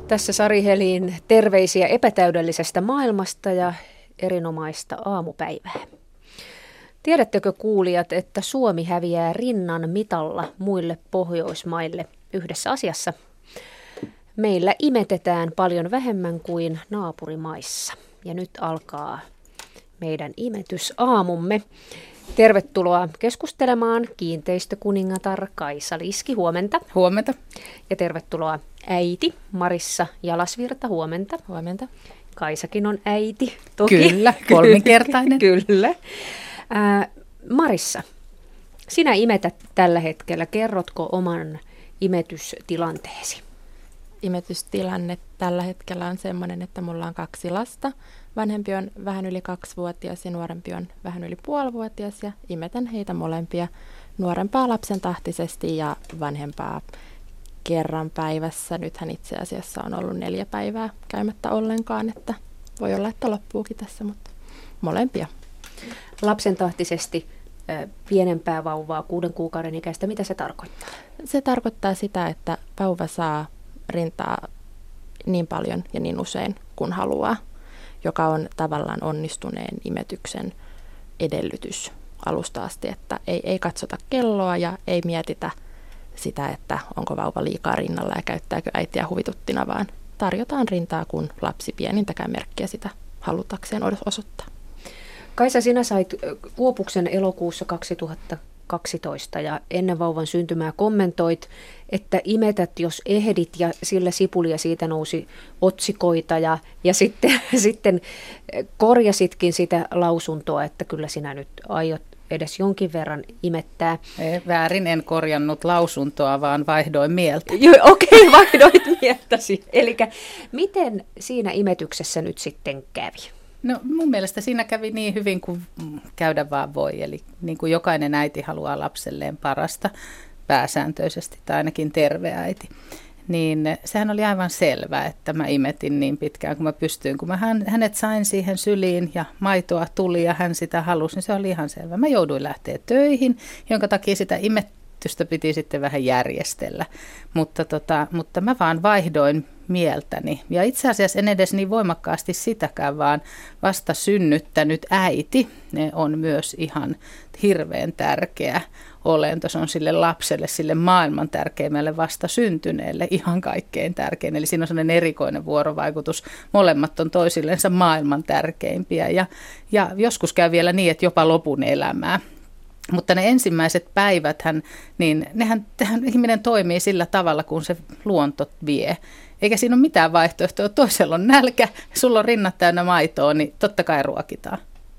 Tässä Sari Helin terveisiä epätäydellisestä maailmasta ja erinomaista aamupäivää. Tiedättekö kuulijat, että Suomi häviää rinnan mitalla muille Pohjoismaille yhdessä asiassa? Meillä imetetään paljon vähemmän kuin naapurimaissa. Ja nyt alkaa meidän imetysaamumme. Tervetuloa keskustelemaan kiinteistökuningatar Kaisa Liski, huomenta. Huomenta. Ja tervetuloa äiti Marissa Jalasvirta, huomenta. Huomenta. Kaisakin on äiti, toki. Kyllä, kolminkertainen. Kyllä. Marissa, sinä imetät tällä hetkellä. Kerrotko oman imetystilanteesi? Imetystilanne tällä hetkellä on sellainen, että mulla on 2 lasta. Vanhempi on vähän yli 2-vuotias ja nuorempi on vähän yli puolivuotias ja imetän heitä molempia nuorempaa lapsen tahtisesti ja vanhempaa kerran päivässä. Nythän itse asiassa on ollut 4 päivää käymättä ollenkaan, että voi olla, että loppuukin tässä, mutta molempia. Lapsen tahtisesti pienempää vauvaa, 6 kuukauden ikäistä, mitä se tarkoittaa? Se tarkoittaa sitä, että vauva saa rintaa niin paljon ja niin usein kuin haluaa, joka on tavallaan onnistuneen imetyksen edellytys alusta asti, että ei katsota kelloa ja ei mietitä sitä, että onko vauva liikaa rinnalla ja käyttääkö äitiä huvituttina, vaan tarjotaan rintaa, kun lapsi pienintäkään merkkiä sitä halutakseen osoittaa. Kaisa, sinä sait Kuopuksen elokuussa 2012 ja ennen vauvan syntymää kommentoit, että imetät jos ehdit ja sillä sipulia siitä nousi otsikoita ja sitten korjasitkin sitä lausuntoa, että kyllä sinä nyt aiot edes jonkin verran imettää. Väärin, en korjannut lausuntoa, vaan vaihdoin mieltä. Okei, vaihdoit mieltäsi. Eli miten siinä imetyksessä nyt sitten kävi? No mun mielestä siinä kävi niin hyvin kuin käydä vaan voi. Eli niin kuin jokainen äiti haluaa lapselleen parasta pääsääntöisesti tai ainakin terve äiti. Niin sehän oli aivan selvää, että mä imetin niin pitkään kuin mä pystyin. Kun mä hänet sain siihen syliin ja maitoa tuli ja hän sitä halusi, niin se oli ihan selvä. Mä jouduin lähteä töihin, jonka takia sitä imetystä piti sitten vähän järjestellä. Mutta mä vaan vaihdoin mieltäni. Ja itse asiassa en edes niin voimakkaasti sitäkään, vaan vasta synnyttänyt äiti on myös ihan hirveän tärkeä olento. Se on sille lapselle, sille maailman tärkeimmälle vasta syntyneelle ihan kaikkein tärkein. Eli siinä on sellainen erikoinen vuorovaikutus. Molemmat on toisillensa maailman tärkeimpiä ja joskus käy vielä niin, että jopa lopun elämää. Mutta ne ensimmäiset päiväthän, niin nehän ihminen toimii sillä tavalla, kun se luonto vie. Eikä siinä ole mitään vaihtoehtoa. Toisella on nälkä, sulla on rinnat täynnä maitoa, niin totta kai ruokitaan.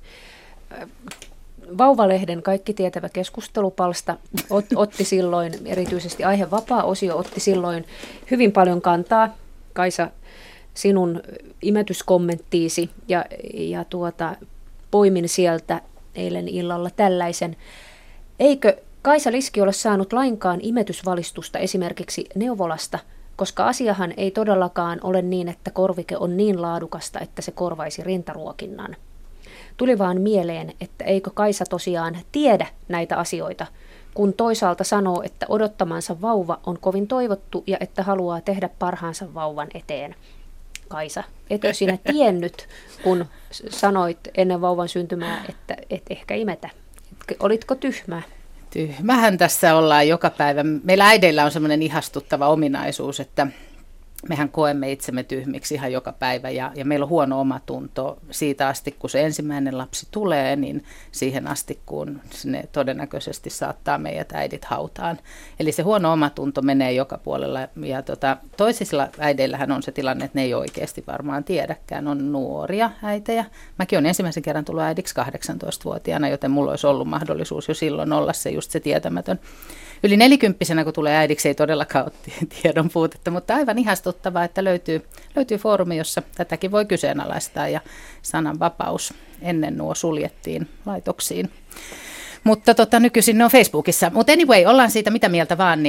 Vauvalehden kaikki tietävä keskustelupalsta otti silloin, erityisesti aihevapaa-osio otti silloin hyvin paljon kantaa, Kaisa, sinun imetyskommenttiisi ja poimin sieltä eilen illalla tällaisen. Eikö Kaisa Liski ole saanut lainkaan imetysvalistusta esimerkiksi neuvolasta, koska asiahan ei todellakaan ole niin, että korvike on niin laadukasta, että se korvaisi rintaruokinnan. Tuli vaan mieleen, että eikö Kaisa tosiaan tiedä näitä asioita, kun toisaalta sanoo, että odottamansa vauva on kovin toivottu ja että haluaa tehdä parhaansa vauvan eteen. Kaisa, etkö sinä tiennyt, kun sanoit ennen vauvan syntymää, että et ehkä imetä? Olitko tyhmää? Tyhmähän tässä ollaan joka päivä. Meillä äideillä on semmoinen ihastuttava ominaisuus, että mehän koemme itsemme tyhmiksi ihan joka päivä ja meillä on huono omatunto siitä asti, kun se ensimmäinen lapsi tulee, niin siihen asti, kun ne todennäköisesti saattaa meidät äidit hautaan. Eli se huono omatunto menee joka puolella ja toisilla äideillähän on se tilanne, että ne ei oikeasti varmaan tiedäkään. On nuoria äitejä. Mäkin olen ensimmäisen kerran tullut äidiksi 18-vuotiaana, joten mulla olisi ollut mahdollisuus jo silloin olla se just se tietämätön. Yli 40-vuotiaana, kun tulee äidiksi, ei todellakaan ole tiedon puutetta, mutta aivan ihastuttavaa, että löytyy foorumi, jossa tätäkin voi kyseenalaistaa ja sananvapaus ennen nuo suljettiin laitoksiin. Mutta nykyisin ne on Facebookissa. Mutta anyway, ollaan siitä mitä mieltä vaan,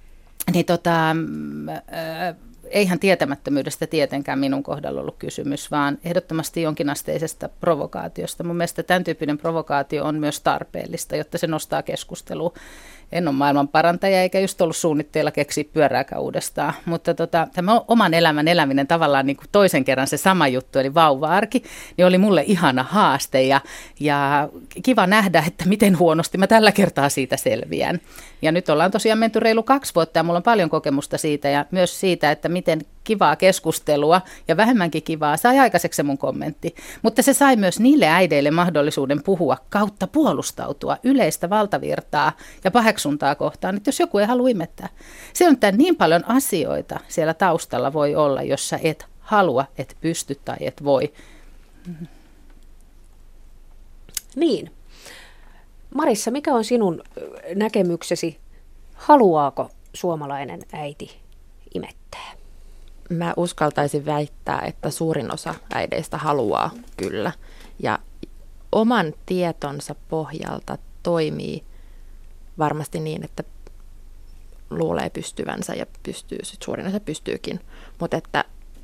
eihän tietämättömyydestä tietenkään minun kohdalla ollut kysymys, vaan ehdottomasti jonkinasteisesta provokaatiosta. Mun mielestä tämän tyyppinen provokaatio on myös tarpeellista, jotta se nostaa keskustelua En ole maailman parantaja eikä just ollut suunnitteilla keksiä pyörääkään uudestaan, mutta tämä oman elämän eläminen tavallaan niin kuin toisen kerran se sama juttu, eli vauva-arki, niin oli mulle ihana haaste ja kiva nähdä, että miten huonosti mä tällä kertaa siitä selviän. Ja nyt ollaan tosiaan menty reilu 2 vuotta ja mulla on paljon kokemusta siitä ja myös siitä, että miten kivaa keskustelua ja vähemmänkin kivaa sai aikaiseksi se mun kommentti. Mutta se sai myös niille äideille mahdollisuuden puhua kautta puolustautua yleistä valtavirtaa ja paheksuntaa kohtaan, että jos joku ei halua imettää. Se on niin paljon asioita siellä taustalla voi olla, jos sä et halua, et pysty tai et voi. Niin. Marissa, mikä on sinun näkemyksesi? Haluaako suomalainen äiti imettää? Mä uskaltaisin väittää, että suurin osa äideistä haluaa kyllä. Ja oman tietonsa pohjalta toimii varmasti niin, että luulee pystyvänsä ja suurin osa pystyykin. Mutta että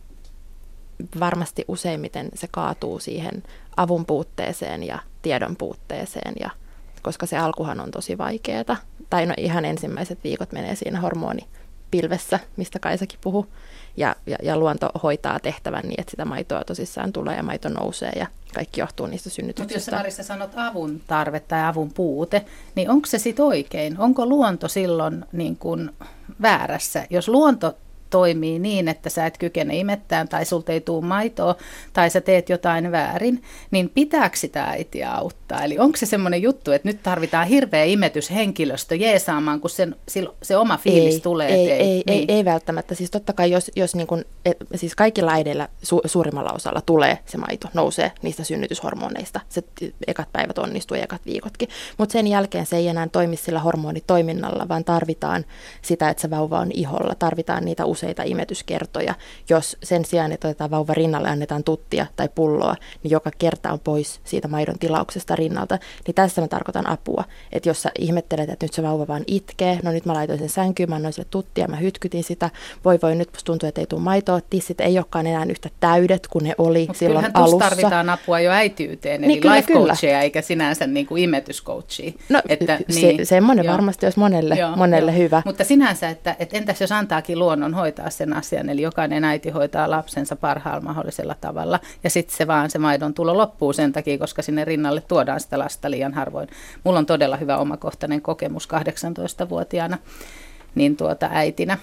varmasti useimmiten se kaatuu siihen avun puutteeseen ja tiedon puutteeseen, koska se alkuhan on tosi vaikeaa. Tai no ihan ensimmäiset viikot menee siinä hormonipilvessä, mistä Kaisakin puhui. Ja luonto hoitaa tehtävän niin, että sitä maitoa tosissaan tulee ja maito nousee ja kaikki johtuu niistä synnytyksistä. Mutta jos Marissa sanot avun tarve tai avun puute, niin onko se sitten oikein? Onko luonto silloin niin kuin väärässä? Jos luonto toimii niin, että sä et kykene imettään tai sulta ei tule maitoa tai sä teet jotain väärin, niin pitääkö sitä äitiä auttaa? Eli onko se semmoinen juttu, että nyt tarvitaan hirveä imetyshenkilöstö jeesaamaan, kun se oma fiilis tulee? Ei välttämättä. Siis totta kai, jos niin kun, siis kaikilla äideillä suurimmalla osalla tulee se maito, nousee niistä synnytyshormoneista. Se ekat päivät onnistuu ja ekat viikotkin. Mutta sen jälkeen se ei enää toimi sillä hormonitoiminnalla, vaan tarvitaan sitä, että se vauva on iholla. Tarvitaan niitä useita imetyskertoja. Jos sen sijaan, että otetaan vauva rinnalle, annetaan tuttia tai pulloa, niin joka kerta on pois siitä maidon tilauksesta rinnalta, niin tässä mä tarkoitan apua. Että jos sä ihmettelet, että nyt se vauva vaan itkee, no nyt mä laitoin sen sänkyyn, mä annoin sille tuttia, mä hytkytin sitä, voi nyt musta tuntuu, että ei tule maitoa, tissit ei olekaan enää yhtä täydet kuin ne oli silloin alussa. Mutta kyllähän tarvitaan apua jo äitiyteen, eli niin, life coachia eikä sinänsä niin kuin imetyscoachia. No semmoinen varmasti olisi monelle hyvä. Mutta sinänsä, että entäs jos antaakin luonnon hoitaa sen asian, eli jokainen äiti hoitaa lapsensa parhaalla mahdollisella tavalla, ja sitten se maidon tulo loppuu sen takia, koska sinne rinnalle tuodaan sitä lasta liian harvoin. Mulla on todella hyvä omakohtainen kokemus 18-vuotiaana niin äitinä.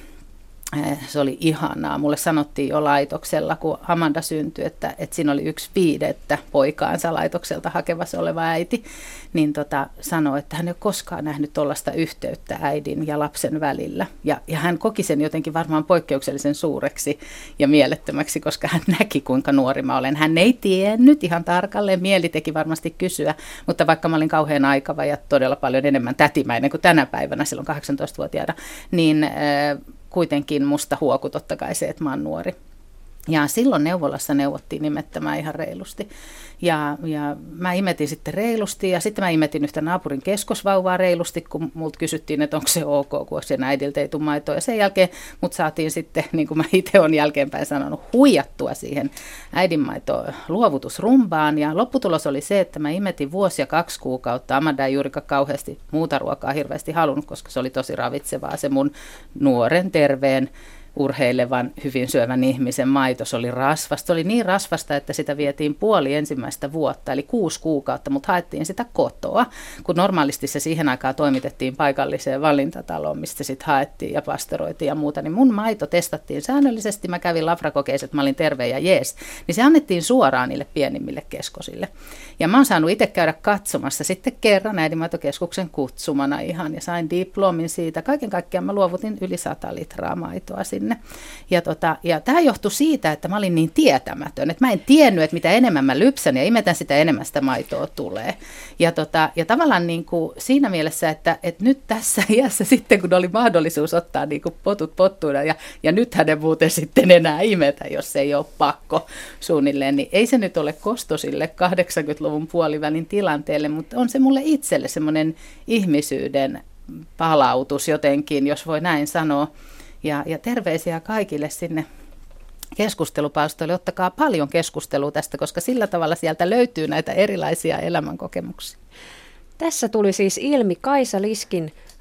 Se oli ihanaa. Mulle sanottiin jo laitoksella, kun Amanda syntyi, että siinä oli 1/5 poikaansa laitokselta hakevassa oleva äiti, niin sanoi, että hän ei ole koskaan nähnyt tuollaista yhteyttä äidin ja lapsen välillä. Ja hän koki sen jotenkin varmaan poikkeuksellisen suureksi ja mielettömäksi, koska hän näki, kuinka nuori mä olen. Hän ei tiennyt ihan tarkalleen, mieli teki varmasti kysyä, mutta vaikka mä olin kauhean aikava ja todella paljon enemmän tätimäinen kuin tänä päivänä silloin 18-vuotiaana, niin kuitenkin musta huoku totta kai se, että mä oon nuori. Ja silloin neuvolassa neuvottiin imettämään ihan reilusti. Ja mä imetin sitten reilusti ja sitten mä imetin yhtä naapurin keskosvauvaa reilusti, kun multa kysyttiin, että onko se ok, kun sen äidiltä ei tule maitoa. Ja sen jälkeen mut saatiin sitten, niin kuin mä itse olen jälkeenpäin sanonut, huijattua siihen äidinmaitoon luovutusrumbaan. Ja lopputulos oli se, että mä imetin vuosi ja 2 kuukautta. Amanda ei juurikaan kauheasti muuta ruokaa hirveästi halunnut, koska se oli tosi ravitsevaa se mun nuoren, terveen, urheilevan, hyvin syövän ihmisen maito. Se oli rasvasta. Se oli niin rasvasta, että sitä vietiin puoli ensimmäistä vuotta, eli 6 kuukautta, mutta haettiin sitä kotoa, kun normaalisti se siihen aikaan toimitettiin paikalliseen valintataloon, mistä sitten haettiin ja pastoroitiin ja muuta. Niin mun maito testattiin säännöllisesti. Mä kävin lafrakokeissa, että mä olin terve ja jees. Niin se annettiin suoraan niille pienimmille keskosille. Ja mä oon saanut itse käydä katsomassa sitten kerran äidinmaitokeskuksen kutsumana ihan ja sain diplomin siitä. Kaiken kaikkiaan mä luovutin yli 100 litraa maitoa sinne. Ja tämä johtui siitä, että mä olin niin tietämätön, että mä en tiennyt, että mitä enemmän mä lypsän ja imetän, sitä enemmän sitä maitoa tulee. Ja tavallaan niin kuin siinä mielessä, että nyt tässä iässä sitten, kun oli mahdollisuus ottaa niin kuin potut pottuina ja nyt hänen muuten sitten enää imetä, jos ei ole pakko suunnilleen, niin ei se nyt ole kosto sille 80-luvun puolivälin tilanteelle, mutta on se mulle itselle semmoinen ihmisyyden palautus jotenkin, jos voi näin sanoa. Ja terveisiä kaikille sinne keskustelupalstoille. Ottakaa paljon keskustelua tästä, koska sillä tavalla sieltä löytyy näitä erilaisia elämänkokemuksia. Tässä tuli siis ilmi Kaisa Liskin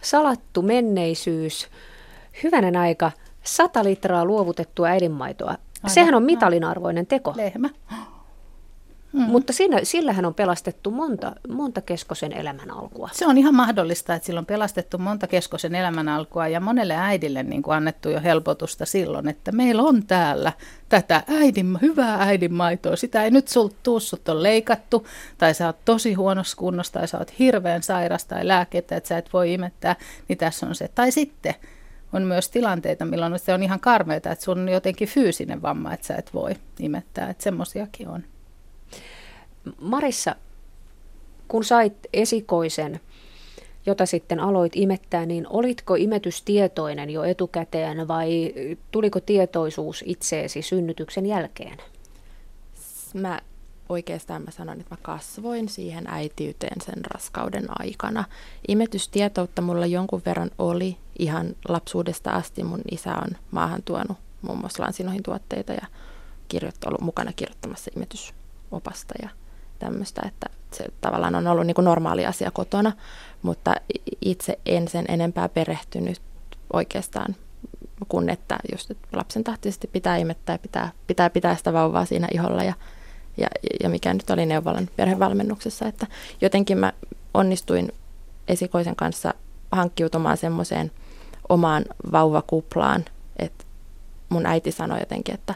salattu menneisyys, hyvänen aika, 100 litraa luovutettua äidinmaitoa. Aivan. Sehän on mitalin arvoinen teko. Lehmä. Mutta sillähän on pelastettu monta Keskosen elämän alkua. Se on ihan mahdollista, että sillä on pelastettu monta Keskosen elämän alkua ja monelle äidille niin kuin annettu jo helpotusta silloin, että meillä on täällä tätä hyvää äidinmaitoa. Sitä ei nyt sut on leikattu tai sä oot tosi huonossa kunnossa tai sä oot hirveän sairas tai lääkettä, että sä et voi imettää, niin tässä on se. Tai sitten on myös tilanteita, milloin se on ihan karmeita, että sun on jotenkin fyysinen vamma, että sä et voi imettää, että semmoisiakin on. Marissa, kun sait esikoisen, jota sitten aloit imettää, niin olitko imetystietoinen jo etukäteen vai tuliko tietoisuus itseesi synnytyksen jälkeen? Mä sanon, että mä kasvoin siihen äitiyteen sen raskauden aikana. Imetystietoutta mulla jonkun verran oli ihan lapsuudesta asti. Mun isä on maahan tuonut muun muassa Lansinohin tuotteita ja ollut mukana kirjoittamassa imetysopasta ja tämmöistä, että se tavallaan on ollut niin kuin normaali asia kotona, mutta itse en sen enempää perehtynyt oikeastaan, kun että just että lapsen tahtisesti pitää imettää, pitää sitä vauvaa siinä iholla ja mikä nyt oli neuvolan perhevalmennuksessa, että jotenkin mä onnistuin esikoisen kanssa hankkiutumaan semmoiseen omaan vauvakuplaan, että mun äiti sanoi jotenkin, että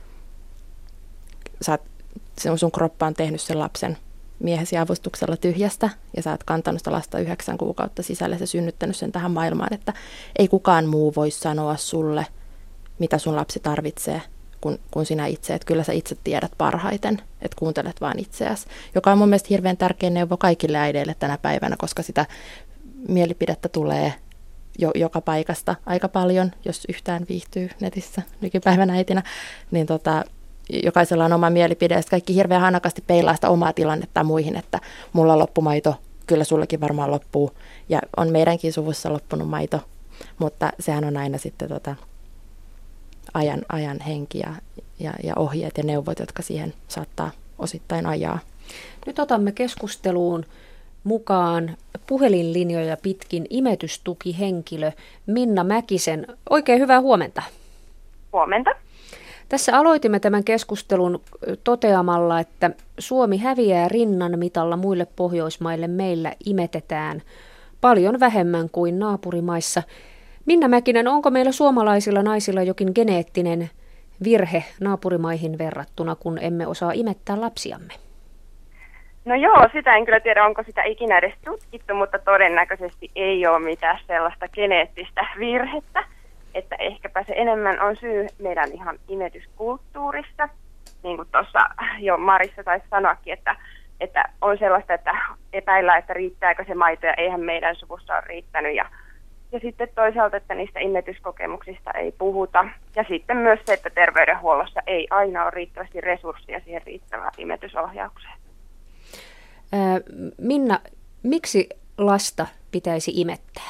sun kroppa on tehnyt sen lapsen miehesi avustuksella tyhjästä ja sä oot kantanut sitä lasta 9 kuukautta sisällä ja synnyttänyt sen tähän maailmaan, että ei kukaan muu voi sanoa sulle, mitä sun lapsi tarvitsee kuin sinä itse, että kyllä sä itse tiedät parhaiten, että kuuntelet vaan itseäsi, joka on mun mielestä hirveän tärkeä neuvo kaikille äideille tänä päivänä, koska sitä mielipidettä tulee joka paikasta aika paljon, jos yhtään viihtyy netissä nykypäivänä äitinä, niin jokaisella on oma mielipide ja kaikki hirveän hanakasti peilaa sitä omaa tilannetta muihin, että mulla loppui maito, kyllä sullakin varmaan loppuu ja on meidänkin suvussa loppunut maito, mutta sehän on aina sitten ajan henki ja ohjeet ja neuvot, jotka siihen saattaa osittain ajaa. Nyt otamme keskusteluun mukaan puhelinlinjoja pitkin imetystukihenkilö Minna Mäkisen. Oikein hyvää huomenta. Huomenta. Tässä aloitimme tämän keskustelun toteamalla, että Suomi häviää rinnan mitalla muille Pohjoismaille. Meillä imetetään paljon vähemmän kuin naapurimaissa. Minna Mäkinen, onko meillä suomalaisilla naisilla jokin geneettinen virhe naapurimaihin verrattuna, kun emme osaa imettää lapsiamme? No joo, sitä en kyllä tiedä, onko sitä ikinä edes tutkittu, mutta todennäköisesti ei ole mitään sellaista geneettistä virhettä. Että ehkäpä se enemmän on syy meidän ihan imetyskulttuurissa, niin kuin tuossa jo Marissa taisi sanoakin, että on sellaista, että epäillään, että riittääkö se maito ja eihän meidän suvussa ole riittänyt. Ja sitten toisaalta, että niistä imetyskokemuksista ei puhuta. Ja sitten myös se, että terveydenhuollossa ei aina ole riittävästi resursseja siihen riittävään imetysohjaukseen. Minna, miksi lasta pitäisi imettää?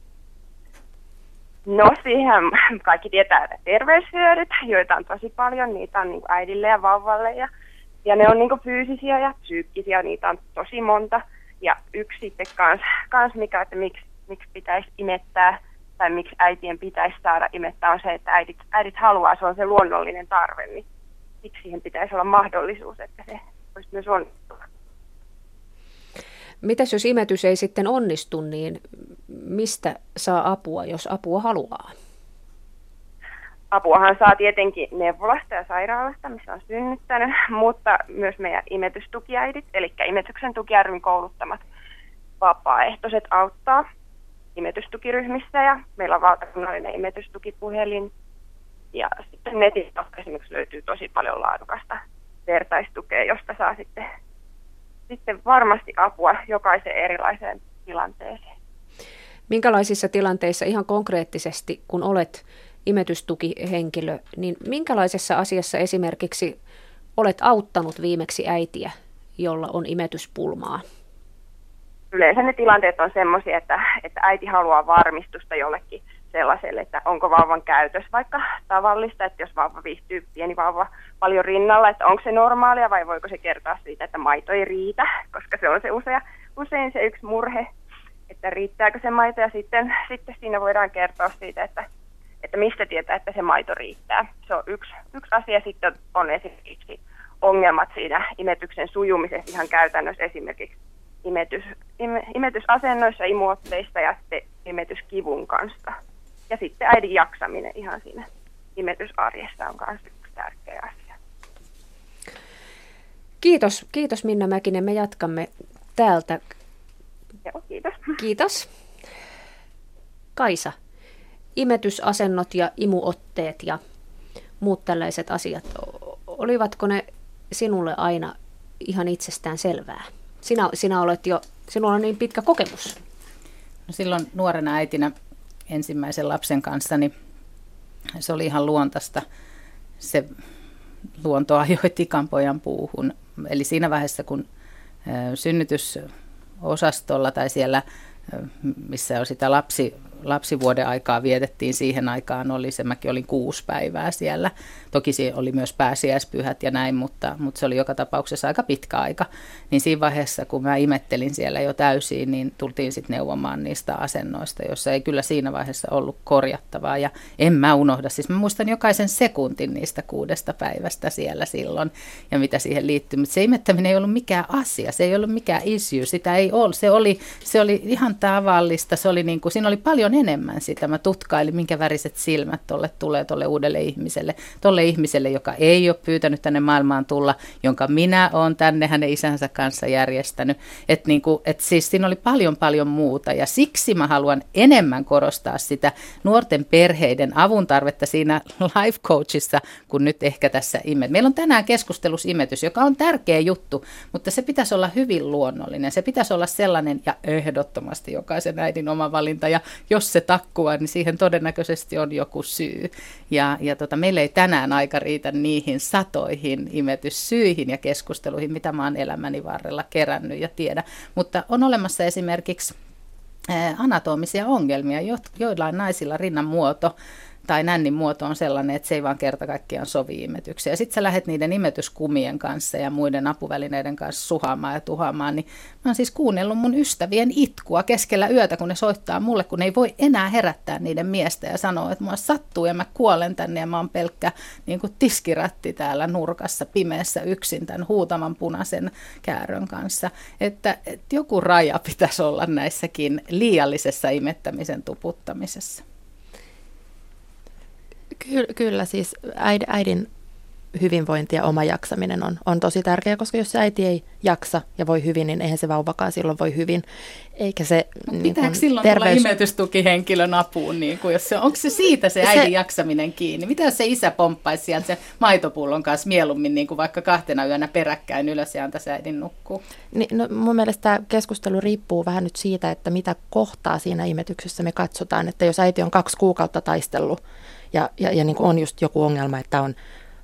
No siihen kaikki tietää, että terveyshyödyt, joita on tosi paljon, niitä on niin kuin äidille ja vauvalle ja ne on niin kuin fyysisiä ja psyykkisiä, niitä on tosi monta. Ja yksi sitten kans mikä, että miksi pitäisi imettää tai miksi äitien pitäisi saada imettää on se, että äidit haluaa, se on se luonnollinen tarve, niin siksi siihen pitäisi olla mahdollisuus, että se olisi myös onnistua. Mitäs jos imetys ei sitten onnistu, niin mistä saa apua, jos apua haluaa? Apuahan saa tietenkin neuvolasta ja sairaalasta, missä on synnyttänyt, mutta myös meidän imetystukiäidit, eli imetyksen tuki ry:n kouluttamat vapaaehtoiset auttaa imetystukiryhmissä ja meillä on valtakunnallinen imetystukipuhelin ja sitten netistä esimerkiksi löytyy tosi paljon laadukasta vertaistukea, josta saa sitten varmasti apua jokaiseen erilaiseen tilanteeseen. Minkälaisissa tilanteissa ihan konkreettisesti, kun olet imetystukihenkilö, niin minkälaisessa asiassa esimerkiksi olet auttanut viimeksi äitiä, jolla on imetyspulmaa? Yleensä ne tilanteet on sellaisia, että äiti haluaa varmistusta jollekin sellaiselle, että onko vauvan käytös vaikka tavallista, että jos vauva viihtyy, pieni vauva paljon rinnalla, että onko se normaalia vai voiko se kertoa siitä, että maito ei riitä, koska se on se usein se yksi murhe. että riittääkö se maito, ja sitten siinä voidaan kertoa siitä, että mistä tietää, että se maito riittää. Se on yksi asia. Sitten on esimerkiksi ongelmat siinä imetyksen sujumisessa ihan käytännössä, esimerkiksi imetysasennoissa, imuotteissa ja sitten imetyskivun kanssa. Ja sitten äidin jaksaminen ihan siinä imetysarjessa on myös yksi tärkeä asia. Kiitos Minna Mäkinen. Me jatkamme täältä. Joo, kiitos. Kiitos. Kaisa, imetysasennot ja imuotteet ja muut tällaiset asiat, olivatko ne sinulle aina ihan itsestään selvää? Sinulla on niin pitkä kokemus. No silloin nuorena äitinä ensimmäisen lapsen kanssa, niin se oli ihan luontaista. Se luonto ajoi tikanpojan puuhun. Eli siinä vaiheessa, kun synnytysosastolla tai siellä, missä on sitä lapsivuoden aikaa vietettiin, siihen aikaan mäkin olin 6 päivää siellä. Toki siellä oli myös pääsiäispyhät ja näin, mutta se oli joka tapauksessa aika pitkä aika. Niin siinä vaiheessa, kun mä imettelin siellä jo täysiin, niin tultiin sitten neuvomaan niistä asennoista, joissa ei kyllä siinä vaiheessa ollut korjattavaa. Ja en mä unohda, siis mä muistan jokaisen sekuntin niistä 6 päivästä siellä silloin ja mitä siihen liittyy. Mutta se imettäminen ei ollut mikään asia, se ei ollut mikään issue, sitä ei ollut. Se oli ihan tavallista, siinä oli paljon enemmän sitä. Mä tutkailin, minkä väriset silmät tulee tolle uudelle ihmiselle, tolle ihmiselle, joka ei ole pyytänyt tänne maailmaan tulla, jonka minä olen tänne hänen isänsä kanssa järjestänyt. Että siis siinä oli paljon muuta ja siksi mä haluan enemmän korostaa sitä nuorten perheiden avun tarvetta siinä life coachissa, kun nyt ehkä tässä Meillä on tänään keskustelussa imetys, joka on tärkeä juttu, mutta se pitäisi olla hyvin luonnollinen. Se pitäisi olla sellainen ja ehdottomasti jokaisen äidin oma valinta ja jos se takkuaa, niin siihen todennäköisesti on joku syy. Ja meillä ei tänään aika riitä niihin satoihin imetyssyihin ja keskusteluihin, mitä mä oon elämäni varrella kerännyt ja tiedä. Mutta on olemassa esimerkiksi anatomisia ongelmia, joillain naisilla rinnan muoto tai nännin muoto on sellainen, että se ei vaan kerta kaikkiaan sovi imetykseen. Ja sitten sä lähdet niiden imetyskumien kanssa ja muiden apuvälineiden kanssa suhaamaan ja tuhaamaan, niin mä oon siis kuunnellut mun ystävien itkua keskellä yötä, kun ne soittaa mulle, kun ne ei voi enää herättää niiden miestä ja sanoa, että mua sattuu ja mä kuolen tänne ja mä oon pelkkä niin kuin tiskiratti täällä nurkassa pimeässä yksin tämän huutavan punaisen käärön kanssa. Että joku raja pitäisi olla näissäkin liiallisessa imettämisen tuputtamisessa. Kyllä siis äidin hyvinvointi ja oma jaksaminen on tosi tärkeää, koska jos se äiti ei jaksa ja voi hyvin, niin eihän se vauvakaan silloin voi hyvin. Eikä se pitääkö silloin tulla imetystukihenkilön apuun? Onko se siitä se äidin jaksaminen kiinni? Mitä jos se isä pomppaisi sieltä se maitopullon kanssa mieluummin niin kuin vaikka 2 yönä peräkkäin ylös ja antaisi äidin nukkuu? No, mun mielestä tämä keskustelu riippuu vähän nyt siitä, että mitä kohtaa siinä imetyksessä me katsotaan. Että jos äiti on 2 kuukautta taistellut ja niin kuin on just joku ongelma, että on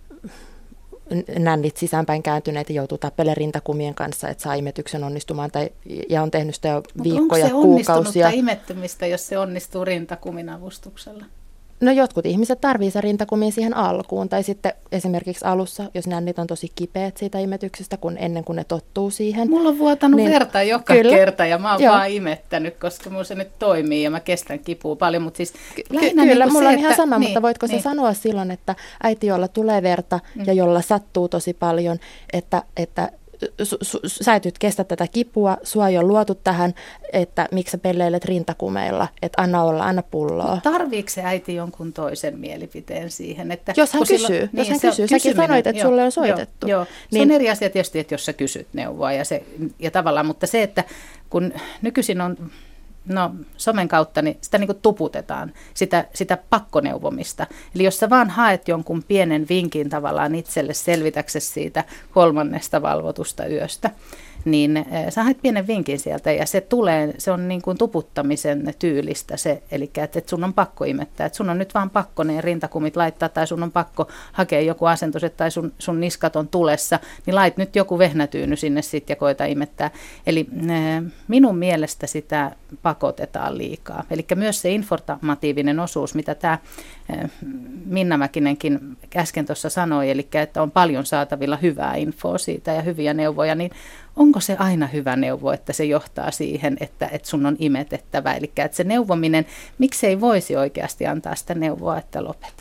nännit sisäänpäin kääntyneet ja joutuu tappelemaan rintakumien kanssa, että saa imetyksen onnistumaan ja on tehnyt sitä jo viikkoja, kuukausia. Onko se onnistunutta imettymistä, jos se onnistuu rintakumin avustuksella? No jotkut ihmiset tarvitsevat sen rintakumin siihen alkuun, tai sitten esimerkiksi alussa, jos nännit on tosi kipeät siitä imetyksestä, ennen kuin ne tottuu siihen. Mulla on vuotanut verta joka kerta, ja mä oon vaan imettänyt, koska mulla se nyt toimii, ja mä kestän kipua paljon, mutta siis kyllä, niin mulla on ihan sama, mutta voitko sä sanoa silloin, että äiti, jolla tulee verta, ja jolla sattuu tosi paljon, että sä et nyt kestä tätä kipua, sua ei ole luotu tähän, että miksi sä pelleilet rintakumeilla, että anna olla, anna pulloa. Tarviiko se äiti jonkun toisen mielipiteen siihen? Että jos hän kysyy, säkin sanoit, että sulle on soitettu. Joo. Se on eri asia tietysti, että jos sä kysyt neuvoa ja tavallaan, mutta se, että kun nykyisin on somen kautta, niin sitä niin kuin tuputetaan, sitä pakkoneuvomista. Eli jos sä vaan haet jonkun pienen vinkin tavallaan itselle selvitäksesi siitä 3. valvotusta yöstä, niin sä haet pienen vinkin sieltä ja se on niin kuin tuputtamisen tyylistä eli että sun on pakko imettää, että sun on nyt vaan pakko ne rintakumit laittaa tai sun on pakko hakea joku asentos, tai sun niskat on tulessa, niin lait nyt joku vehnätyyny sinne sitten ja koita imettää. Eli minun mielestä sitä pakotetaan liikaa. Eli myös se informatiivinen osuus, mitä tämä Minna Mäkinenkin äsken tuossa sanoi, eli että on paljon saatavilla hyvää infoa siitä ja hyviä neuvoja, niin onko se aina hyvä neuvo, että se johtaa siihen, että sun on imetettävä? Eli että se neuvominen, miksei voisi oikeasti antaa sitä neuvoa, että lopeta?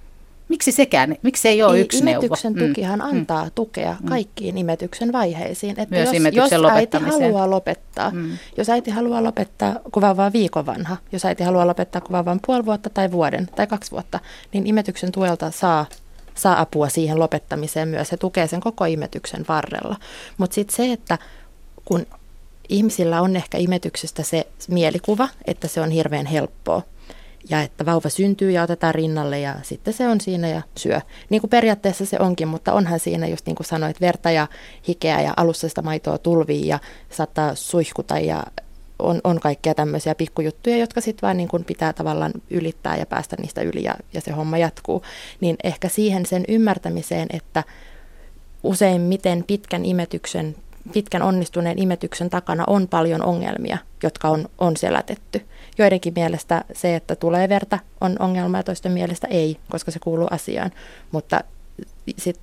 Miksi ei ole yksi neuvo? Imetyksen tukihan antaa tukea kaikkiin imetyksen vaiheisiin. Että myös jos äiti haluaa lopettaa, jos äiti haluaa lopettaa, kun vauva on viikon vanha, jos äiti haluaa lopettaa, kun vauva on puoli vuotta tai vuoden tai 2 vuotta, niin imetyksen tuelta saa apua siihen lopettamiseen myös. Se tukee sen koko imetyksen varrella. Mutta sitten se, että kun ihmisillä on ehkä imetyksestä se mielikuva, että se on hirveän helppoa, ja että vauva syntyy ja otetaan rinnalle ja sitten se on siinä ja syö. Niin kuin periaatteessa se onkin, mutta onhan siinä just niin kuin sanoit, verta ja hikeä ja alussa sitä maitoa tulvii ja saattaa suihkuta ja on kaikkea tämmöisiä pikkujuttuja, jotka sitten vaan niin kuin pitää tavallaan ylittää ja päästä niistä yli ja se homma jatkuu. Niin ehkä siihen sen ymmärtämiseen, että useimmiten pitkän onnistuneen imetyksen takana on paljon ongelmia, jotka on selätetty. Joidenkin mielestä se, että tulee verta, on ongelma ja toisten mielestä ei, koska se kuuluu asiaan. Mutta sit,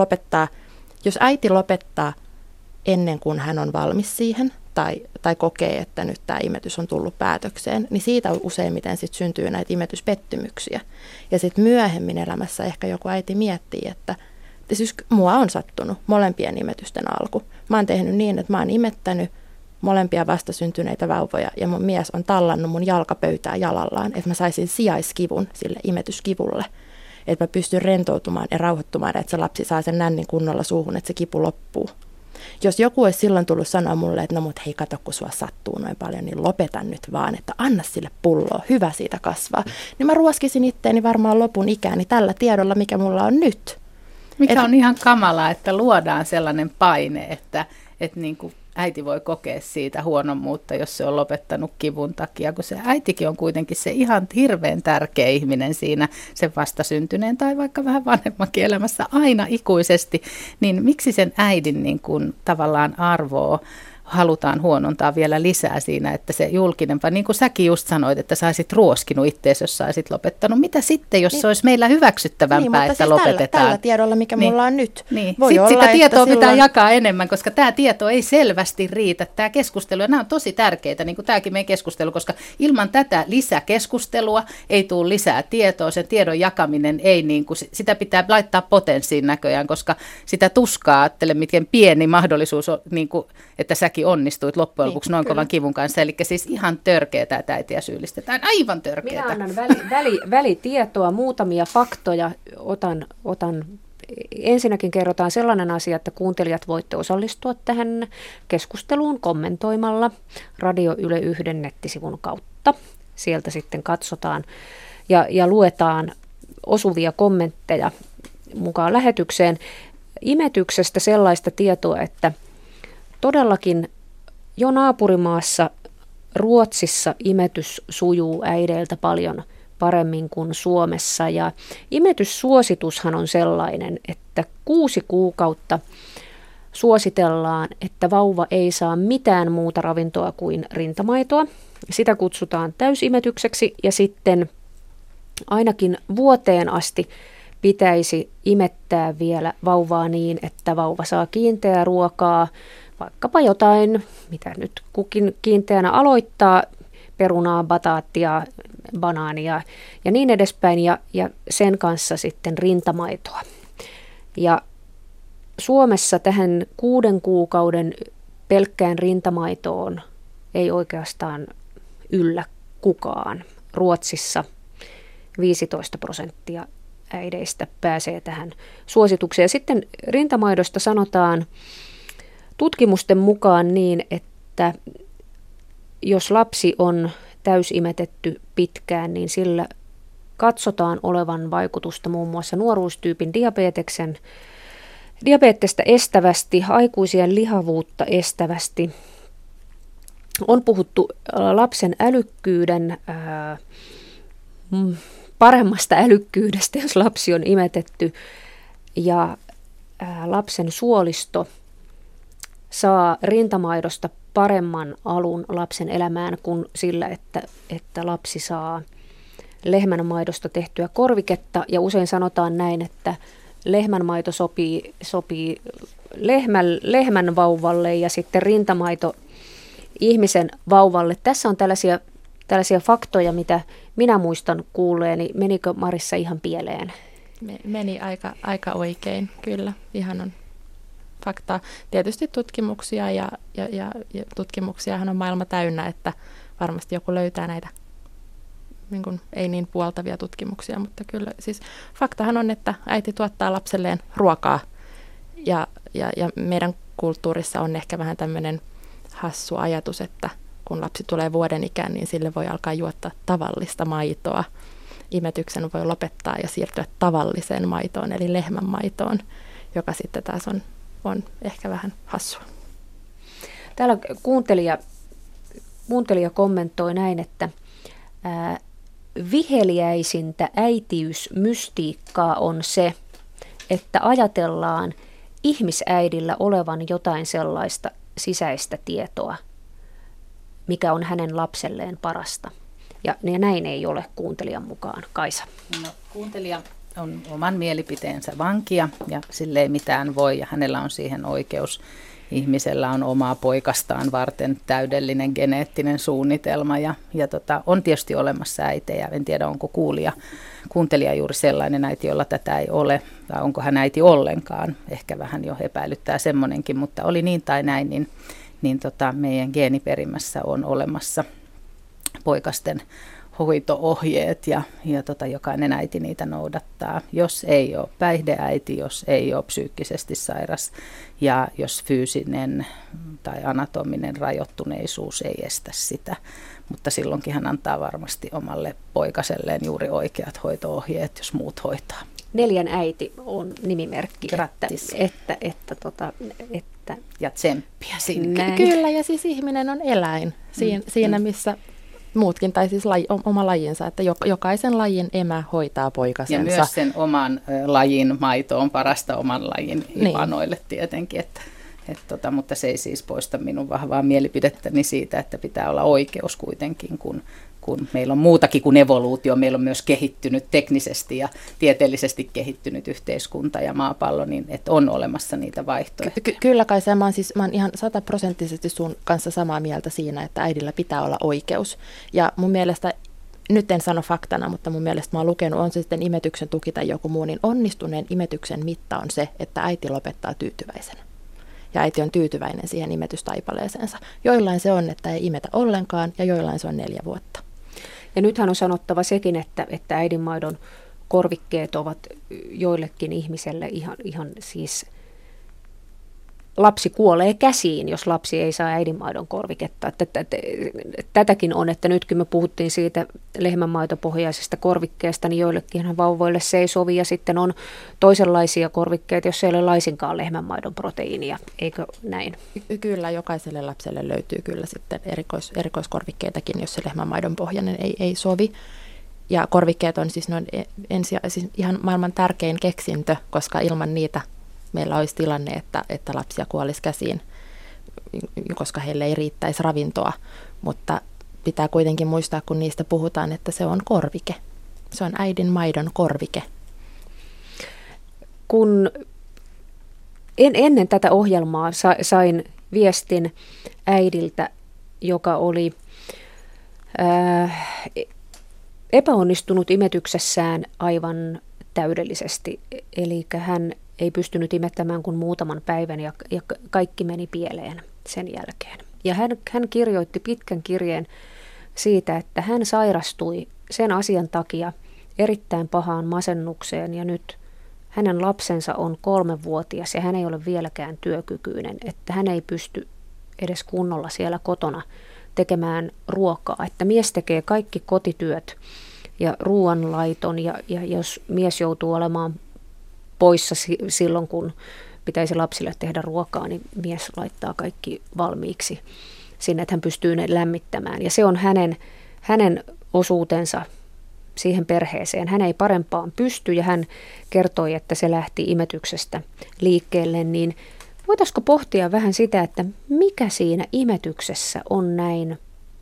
jos äiti lopettaa ennen kuin hän on valmis siihen tai kokee, että nyt tämä imetys on tullut päätökseen, niin siitä useimmiten sit syntyy näitä imetyspettymyksiä. Ja sitten myöhemmin elämässä ehkä joku äiti miettii, että siis mua on sattunut molempien imetysten alku. Mä oon tehnyt niin, että mä oon imettänyt molempia vastasyntyneitä vauvoja ja mun mies on tallannut mun jalkapöytää jalallaan, että mä saisin sijaiskivun sille imetyskivulle. Että mä pystyn rentoutumaan ja rauhoittumaan, että se lapsi saa sen nännin kunnolla suuhun, että se kipu loppuu. Jos joku olisi silloin tullut sanoa mulle, että no mut hei kato, kun sua sattuu noin paljon, niin lopeta nyt vaan, että anna sille pulloa, hyvä siitä kasvaa. Niin mä ruoskisin itteeni varmaan lopun ikääni tällä tiedolla, mikä mulla on nyt. Mikä on ihan kamalaa, että luodaan sellainen paine, että niin kuin äiti voi kokea siitä huonommuutta, jos se on lopettanut kivun takia, kun se äitikin on kuitenkin se ihan hirveän tärkeä ihminen siinä sen vastasyntyneen tai vaikka vähän vanhemmankin elämässä aina ikuisesti, niin miksi sen äidin niin kuin tavallaan arvoa halutaan huonontaa vielä lisää siinä, että se julkinen, vai niin kuin säkin just sanoit, että sä olisit ruoskinut itseäsi, jos sä olisit lopettanut. Mitä sitten, jos se olisi meillä hyväksyttävämpää, että siis lopetetaan? Tällä tiedolla, mikä mulla on nyt. Niin. Sitten sitä tietoa pitää jakaa enemmän, koska tämä tieto ei selvästi riitä. Tämä keskustelu, ja nämä on tosi tärkeitä, niin kuin tämäkin meidän keskustelu, koska ilman tätä lisäkeskustelua ei tule lisää tietoa. Sen tiedon jakaminen ei, niin kuin, sitä pitää laittaa potenssiin näköjään, koska sitä tuskaa, ajattele, miten pieni mahdollisuus on, niin kuin, että säkin onnistuit loppujen lopuksi noin kovan kivun kanssa. Eli siis ihan törkeätä, että äitiä syyllistetään. Aivan törkeätä. Minä annan välitietoa, muutamia faktoja otan. Ensinnäkin kerrotaan sellainen asia, että kuuntelijat voitte osallistua tähän keskusteluun kommentoimalla Radio Yle 1 nettisivun kautta. Sieltä sitten katsotaan ja luetaan osuvia kommentteja mukaan lähetykseen. Imetyksestä sellaista tietoa, että todellakin jo naapurimaassa Ruotsissa imetys sujuu äideiltä paljon paremmin kuin Suomessa. Ja imetyssuositushan on sellainen, että 6 kuukautta suositellaan, että vauva ei saa mitään muuta ravintoa kuin rintamaitoa. Sitä kutsutaan täysimetykseksi ja sitten ainakin vuoteen asti pitäisi imettää vielä vauvaa niin, että vauva saa kiinteää ruokaa, vaikkapa jotain, mitä nyt kukin kiinteänä aloittaa, perunaa, bataattia, banaania ja niin edespäin, ja sen kanssa sitten rintamaitoa. Ja Suomessa tähän 6 kuukauden pelkkään rintamaitoon ei oikeastaan yllä kukaan. Ruotsissa 15% äideistä pääsee tähän suositukseen. Sitten rintamaidosta sanotaan tutkimusten mukaan niin, että jos lapsi on täysimetetty pitkään, niin sillä katsotaan olevan vaikutusta muun muassa nuoruustyypin diabetesta estävästi, aikuisien lihavuutta estävästi. On puhuttu lapsen älykkyyden paremmasta älykkyydestä, jos lapsi on imetetty, ja lapsen suolisto saa rintamaidosta paremman alun lapsen elämään kuin sillä, että lapsi saa lehmänmaidosta tehtyä korviketta. Ja usein sanotaan näin, että lehmänmaito sopii lehmän vauvalle ja sitten rintamaito ihmisen vauvalle. Tässä on tällaisia faktoja, mitä minä muistan kuulleeni. Menikö Marissa ihan pieleen? Meni aika oikein, kyllä. Ihan on faktaa. Tietysti tutkimuksia ja tutkimuksiahan on maailma täynnä, että varmasti joku löytää näitä niin kuin, ei niin puoltavia tutkimuksia, mutta kyllä siis faktahan on, että äiti tuottaa lapselleen ruokaa ja meidän kulttuurissa on ehkä vähän tämmöinen hassu ajatus, että kun lapsi tulee vuoden ikään, niin sille voi alkaa juottaa tavallista maitoa. Imetyksen voi lopettaa ja siirtyä tavalliseen maitoon, eli lehmän maitoon, joka sitten taas on ehkä vähän hassua. Täällä kuuntelija kommentoi näin, että viheliäisintä äitiysmystiikkaa on se, että ajatellaan ihmisäidillä olevan jotain sellaista sisäistä tietoa, mikä on hänen lapselleen parasta. Ja näin ei ole kuuntelijan mukaan. Kaisa. No, kuuntelija on oman mielipiteensä vankia ja sille ei mitään voi ja hänellä on siihen oikeus. Ihmisellä on omaa poikastaan varten täydellinen geneettinen suunnitelma ja on tietysti olemassa äitejä. En tiedä, onko kuuntelija juuri sellainen äiti, jolla tätä ei ole, tai onko hän äiti ollenkaan. Ehkä vähän jo epäilyttää semmoinenkin, mutta oli niin tai näin, niin meidän geeniperimässä on olemassa poikasten hoito-ohjeet ja jokainen äiti niitä noudattaa. Jos ei ole päihdeäiti, jos ei ole psyykkisesti sairas ja jos fyysinen tai anatominen rajoittuneisuus ei estä sitä. Mutta silloinkin hän antaa varmasti omalle poikaselleen juuri oikeat hoito-ohjeet, jos muut hoitaa. 4 äiti on nimimerkki. Grattis. Että ja tsemppiä sinne. Kyllä, ja siis ihminen on eläin siinä missä muutkin, tai siis oma lajinsa, että jokaisen lajin emä hoitaa poikasensa. Ja myös sen oman lajin maito on parasta oman lajin ipanoille tietenkin, mutta se ei siis poista minun vahvaa mielipidettäni siitä, että pitää olla oikeus kuitenkin, kun meillä on muutakin kuin evoluutio, meillä on myös kehittynyt teknisesti ja tieteellisesti kehittynyt yhteiskunta ja maapallo, niin että on olemassa niitä vaihtoehtoja. Kyllä kai se, mä oon ihan 100% sun kanssa samaa mieltä siinä, että äidillä pitää olla oikeus. Ja mun mielestä, nyt en sano faktana, mutta mun mielestä mä oon lukenut, on se sitten imetyksen tuki tai joku muu, niin onnistuneen imetyksen mitta on se, että äiti lopettaa tyytyväisenä. Ja äiti on tyytyväinen siihen imetystaipaleeseensa. Joillain se on, että ei imetä ollenkaan, ja joillain se on 4 vuotta. Ja nythän on sanottava sekin, että äidinmaidon korvikkeet ovat joillekin ihmiselle ihan siis, lapsi kuolee käsiin, jos lapsi ei saa äidinmaidon korviketta. Tätäkin on, että nytkin me puhuttiin siitä lehmänmaitopohjaisesta korvikkeesta, niin joillekin vauvoille se ei sovi, ja sitten on toisenlaisia korvikkeita, jos ei ole laisinkaan lehmänmaidon proteiinia, eikö näin? Kyllä, jokaiselle lapselle löytyy kyllä sitten erikoiskorvikkeitakin, jos se lehmänmaidon pohjainen ei sovi. Ja korvikkeet on siis, siis ihan maailman tärkein keksintö, koska ilman niitä meillä olisi tilanne, että lapsia kuolisi käsiin, koska heille ei riittäisi ravintoa, mutta pitää kuitenkin muistaa, kun niistä puhutaan, että se on korvike. Se on äidin maidon korvike. Kun ennen tätä ohjelmaa sain viestin äidiltä, joka oli epäonnistunut imetyksessään aivan täydellisesti, eli hän ei pystynyt imettämään kuin muutaman päivän ja kaikki meni pieleen sen jälkeen. Ja hän kirjoitti pitkän kirjeen siitä, että hän sairastui sen asian takia erittäin pahaan masennukseen ja nyt hänen lapsensa on 3-vuotias ja hän ei ole vieläkään työkykyinen, että hän ei pysty edes kunnolla siellä kotona tekemään ruokaa, että mies tekee kaikki kotityöt ja ruoanlaiton ja jos mies joutuu olemaan poissa silloin, kun pitäisi lapsille tehdä ruokaa, niin mies laittaa kaikki valmiiksi sinne, että hän pystyy ne lämmittämään. Ja se on hänen osuutensa siihen perheeseen. Hän ei parempaan pysty ja hän kertoi, että se lähti imetyksestä liikkeelle. Niin voitaisiko pohtia vähän sitä, että mikä siinä imetyksessä on näin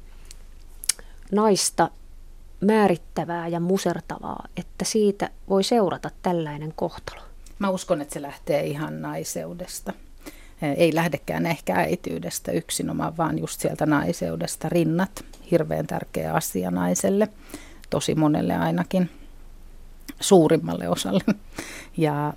naista määrittävää ja musertavaa, että siitä voi seurata tällainen kohtalo? Mä uskon, että se lähtee ihan naiseudesta. ei lähdekään ehkä äitiydestä yksinomaan, vaan just sieltä naiseudesta. Rinnat, hirveän tärkeä asia naiselle, tosi monelle ainakin, suurimmalle osalle. Ja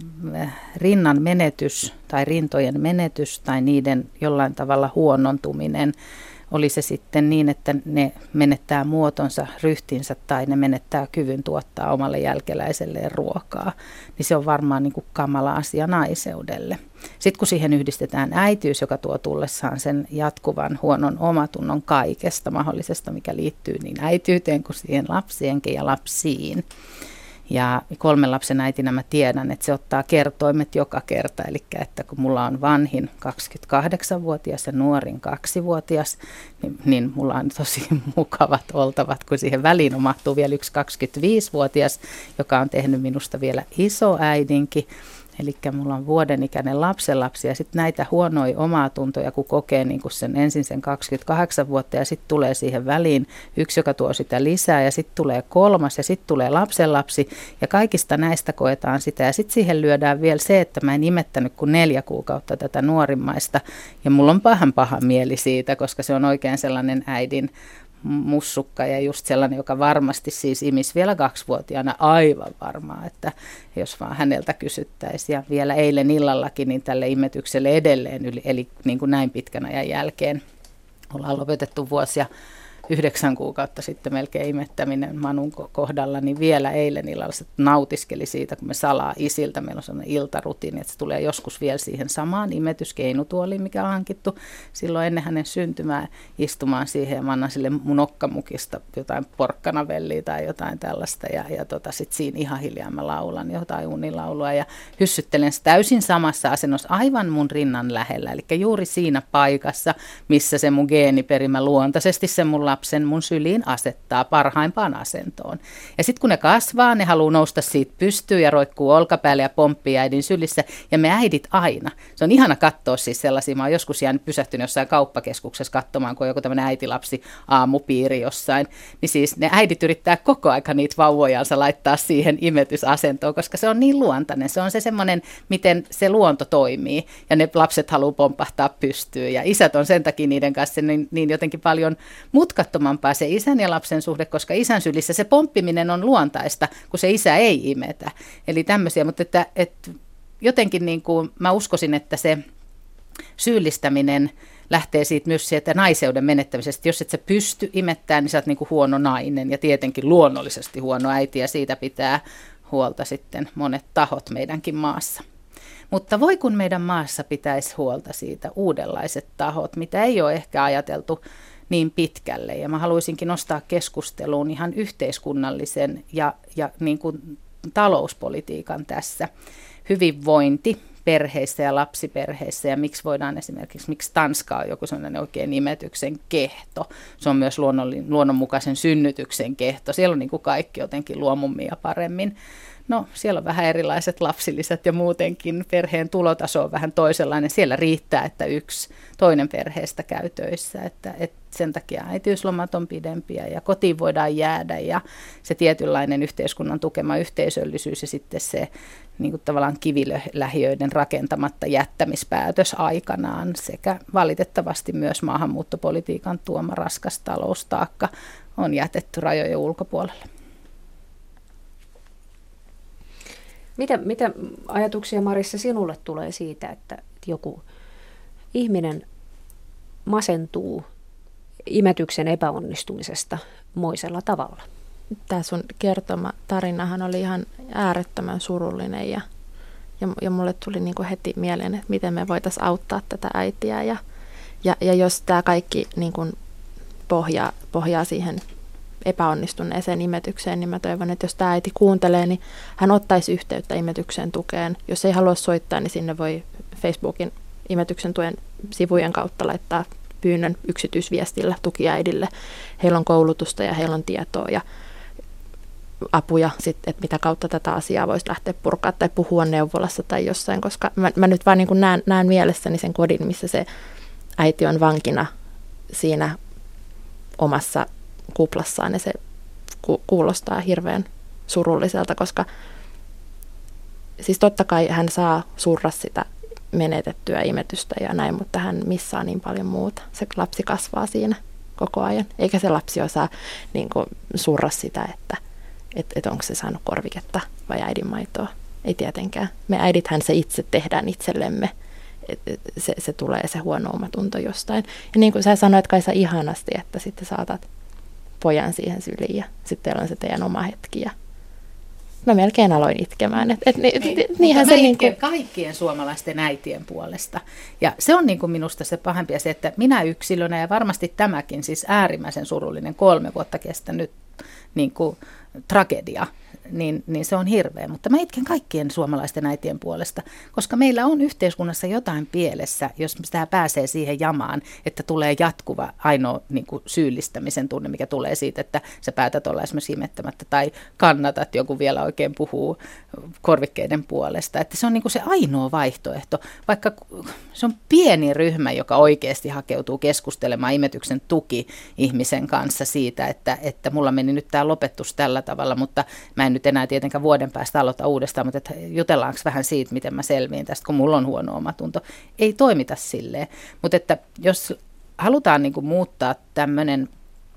rinnan menetys tai rintojen menetys tai niiden jollain tavalla huonontuminen, oli se sitten niin, että ne menettää muotonsa, ryhtinsä tai ne menettää kyvyn tuottaa omalle jälkeläiselleen ruokaa, niin se on varmaan niin kuin kamala asia naiseudelle. Sitten kun siihen yhdistetään äitiys, joka tuo tullessaan sen jatkuvan huonon omatunnon kaikesta mahdollisesta, mikä liittyy niin äityyteen kuin siihen lapsienkin ja lapsiin. Ja 3 lapsen äitinä mä tiedän, että se ottaa kertoimet joka kerta. Eli että kun mulla on vanhin 28-vuotias ja nuorin 2-vuotias, niin mulla on tosi mukavat oltavat, kun siihen väliin mahtuu vielä yksi 25-vuotias, joka on tehnyt minusta vielä isoäidinkin. Eli mulla on vuoden ikäinen lapsenlapsi ja sitten näitä huonoja omaa tuntoja, kun kokee niin kun ensin sen 28 vuotta ja sitten tulee siihen väliin yksi, joka tuo sitä lisää ja sitten tulee 3 ja sitten tulee lapsenlapsi ja kaikista näistä koetaan sitä ja sitten siihen lyödään vielä se, että mä en imettänyt kuin 4 kuukautta tätä nuorimmaista ja mulla on paha mieli siitä, koska se on oikein sellainen äidin mussukka ja just sellainen, joka varmasti siis imisi vielä 2-vuotiaana aivan varmaa, että jos vaan häneltä kysyttäisiin. Ja vielä eilen illallakin niin tälle imetykselle edelleen, eli niin kuin näin pitkän ajan jälkeen ollaan lopetettu vuosia 9 kuukautta sitten melkein imettäminen Manun kohdalla, niin vielä eilen illalla se nautiskeli siitä, kun me salaa isiltä. Meillä on sellainen iltarutiini, että se tulee joskus vielä siihen samaan imetyskeinutuoliin, mikä on hankittu silloin ennen hänen syntymää istumaan siihen. Ja mä annan sille mun okkamukista jotain porkkanavelliä tai jotain tällaista. Ja sitten siinä ihan hiljaa mä laulan jotain unilaulua ja hyssyttelen täysin samassa asennossa aivan mun rinnan lähellä. Eli juuri siinä paikassa, missä se mun geeniperimä luontaisesti se mun lapsen mun syliin asettaa parhaimpaan asentoon. Ja sitten kun ne kasvaa, ne haluaa nousta siitä pystyyn ja roikkuu olkapäälle ja pomppii äidin sylissä. Ja me äidit aina. Se on ihana katsoa siis sellaisia. Mä oon joskus pysähtynyt jossain kauppakeskuksessa katsomaan, kun on joku tämmöinen äitilapsi aamupiiri jossain. Niin siis ne äidit yrittää koko aika niitä vauvojansa laittaa siihen imetysasentoon, koska se on niin luontainen. Se on se semmoinen, miten se luonto toimii. Ja ne lapset haluaa pompahtaa pystyyn. Ja isät on sen takia niiden kanssa niin jotenkin paljon mutkattomampaa se isän ja lapsen suhde, koska isän sylissä se pomppiminen on luontaista, kun se isä ei imetä. Eli tämmöisiä, mutta että jotenkin niin kuin mä uskoisin, että se syyllistäminen lähtee siitä myös sieltä naiseuden menettämisestä. Jos et sä pysty imettämään, niin sä oot niin kuin huono nainen ja tietenkin luonnollisesti huono äiti ja siitä pitää huolta sitten monet tahot meidänkin maassa. Mutta voi kun meidän maassa pitäisi huolta siitä uudenlaiset tahot, mitä ei ole ehkä ajateltu niin pitkälle. Ja mä haluaisinkin nostaa keskusteluun ihan yhteiskunnallisen ja niin kuin talouspolitiikan tässä. Hyvinvointi perheissä ja lapsiperheissä ja miksi Tanska on joku sellainen oikein imetyksen kehto. Se on myös luonnonmukaisen synnytyksen kehto. Siellä on niin kuin kaikki jotenkin luomummia paremmin. No, siellä on vähän erilaiset lapsilisät ja muutenkin perheen tulotaso on vähän toisenlainen. Siellä riittää, että toinen perheestä käy töissä, että sen takia äitiyslomat on pidempiä ja kotiin voidaan jäädä ja se tietynlainen yhteiskunnan tukema yhteisöllisyys ja sitten se niin kuin tavallaan kivilähiöiden rakentamatta jättämispäätös aikanaan sekä valitettavasti myös maahanmuuttopolitiikan tuoma raskas taloustaakka on jätetty rajojen ulkopuolelle. Mitä ajatuksia, Marissa, sinulle tulee siitä, että joku ihminen masentuu imetyksen epäonnistumisesta moisella tavalla? Tämä sun kertoma tarinahan oli ihan äärettömän surullinen ja mulle tuli niin kuin heti mieleen, että miten me voitaisiin auttaa tätä äitiä. Ja jos tämä kaikki niin kuin pohjaa siihen epäonnistuneeseen imetykseen, niin mä toivon, että jos tämä äiti kuuntelee, niin hän ottaisi yhteyttä imetyksen tukeen. Jos ei halua soittaa, niin sinne voi Facebookin imetyksen tuen sivujen kautta laittaa pyynnön yksityisviestillä tukiäidille. Heillä on koulutusta ja heillä on tietoa ja apuja, että mitä kautta tätä asiaa voisi lähteä purkaa tai puhua neuvolassa tai jossain, koska mä nyt vaan niin kuin näen mielessäni sen kodin, missä se äiti on vankina siinä omassa kuplassaan ja se kuulostaa hirveän surulliselta, koska siis totta kai hän saa surra sitä menetettyä imetystä ja näin, mutta hän missaa niin paljon muuta. Se lapsi kasvaa siinä koko ajan, eikä se lapsi osaa niin kuin surra sitä, että onko se saanut korviketta vai äidinmaitoa. Ei tietenkään. Me äidithän se itse tehdään itsellemme. Se tulee se huono omatunto jostain. Ja niin kuin sä sanoit Kaisa ihanasti, että sitten saatat pojan siihen syliin ja sitten teillä on se teidän oma hetki. Ja mä melkein aloin itkemään. Niinhän se niin kuin kaikkien suomalaisten äitien puolesta. Ja se on niin kuin minusta se pahempi asia, että minä yksilönä ja varmasti tämäkin, siis äärimmäisen surullinen 3 vuotta kestänyt niin kuin tragedia, niin se on hirveä. Mutta mä itken kaikkien suomalaisten äitien puolesta, koska meillä on yhteiskunnassa jotain pielessä, jos tämä pääsee siihen jamaan, että tulee jatkuva ainoa niin kuin syyllistämisen tunne, mikä tulee siitä, että sä päätät olla esimerkiksi imettämättä tai kannatat, joku vielä oikein puhuu korvikkeiden puolesta. Että se on niin kuin se ainoa vaihtoehto, vaikka se on pieni ryhmä, joka oikeasti hakeutuu keskustelemaan imetyksen tuki-ihmisen kanssa siitä, että mulla meni nyt tämä lopetus tällä tavalla, mutta mä en nyt enää tietenkään vuoden päästä aloita uudestaan, mutta jutellaanko vähän siitä, miten mä selviin tästä, kun mulla on huono omatunto. Ei toimita silleen, mutta että jos halutaan niin kuin muuttaa tämmöinen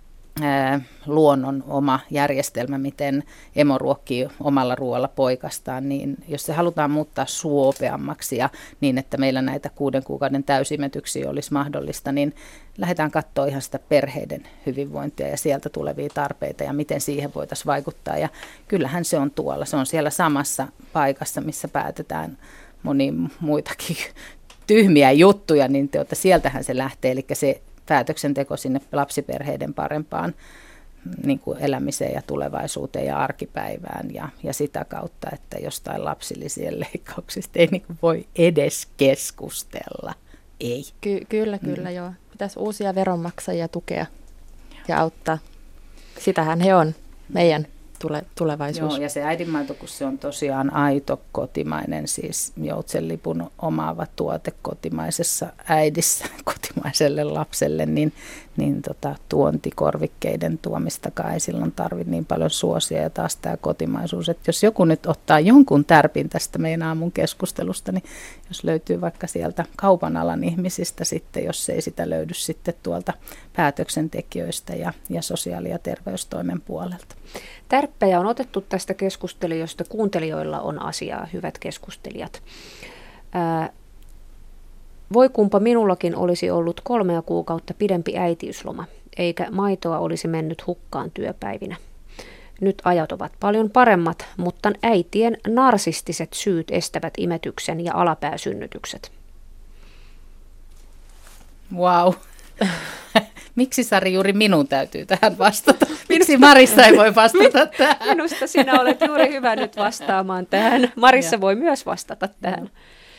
luonnon oma järjestelmä, miten emo ruokkii omalla ruoalla poikastaan, niin jos se halutaan muuttaa suopeammaksi ja niin, että meillä näitä 6 kuukauden täysimetyksiä olisi mahdollista, niin lähdetään katsoa ihan sitä perheiden hyvinvointia ja sieltä tulevia tarpeita ja miten siihen voitaisiin vaikuttaa. Ja kyllähän se on tuolla, se on siellä samassa paikassa, missä päätetään monia muitakin tyhmiä juttuja, niin sieltähän se lähtee, eli se päätöksenteko sinne lapsiperheiden parempaan niin kuin elämiseen ja tulevaisuuteen ja arkipäivään ja sitä kautta, että jostain lapsilisien leikkauksista ei niin kuin voi edes keskustella. Ei. Kyllä, joo. Pitäisi uusia veronmaksajia tukea ja auttaa. Sitähän he on, meidän tulevaisuus. Joo, ja se äidinmaito, kun se on tosiaan aito kotimainen, siis joutsenlipun omaava tuote kotimaisessa äidissä kotimaiselle lapselle, niin tuontikorvikkeiden tuomistakaan ei silloin tarvitse niin paljon suosia. Ja taas tämä kotimaisuus, että jos joku nyt ottaa jonkun tärpin tästä meidän aamun keskustelusta, niin jos löytyy vaikka sieltä kaupan alan ihmisistä sitten, jos ei sitä löydy sitten tuolta päätöksentekijöistä ja sosiaali- ja terveystoimen puolelta. Tärppejä on otettu tästä keskustelusta. Kuuntelijoilla on asiaa, hyvät keskustelijat. Voi kumpa minullakin olisi ollut 3 kuukautta pidempi äitiysloma, eikä maitoa olisi mennyt hukkaan työpäivinä. Nyt ajat ovat paljon paremmat, mutta äitien narsistiset syyt estävät imetyksen ja alapääsynnytykset. Wow. Miksi, Sari, juuri minun täytyy tähän vastata? Miksi Marissa ei voi vastata tähän? Minusta sinä olet juuri hyvä nyt vastaamaan tähän. Marissa voi myös vastata tähän.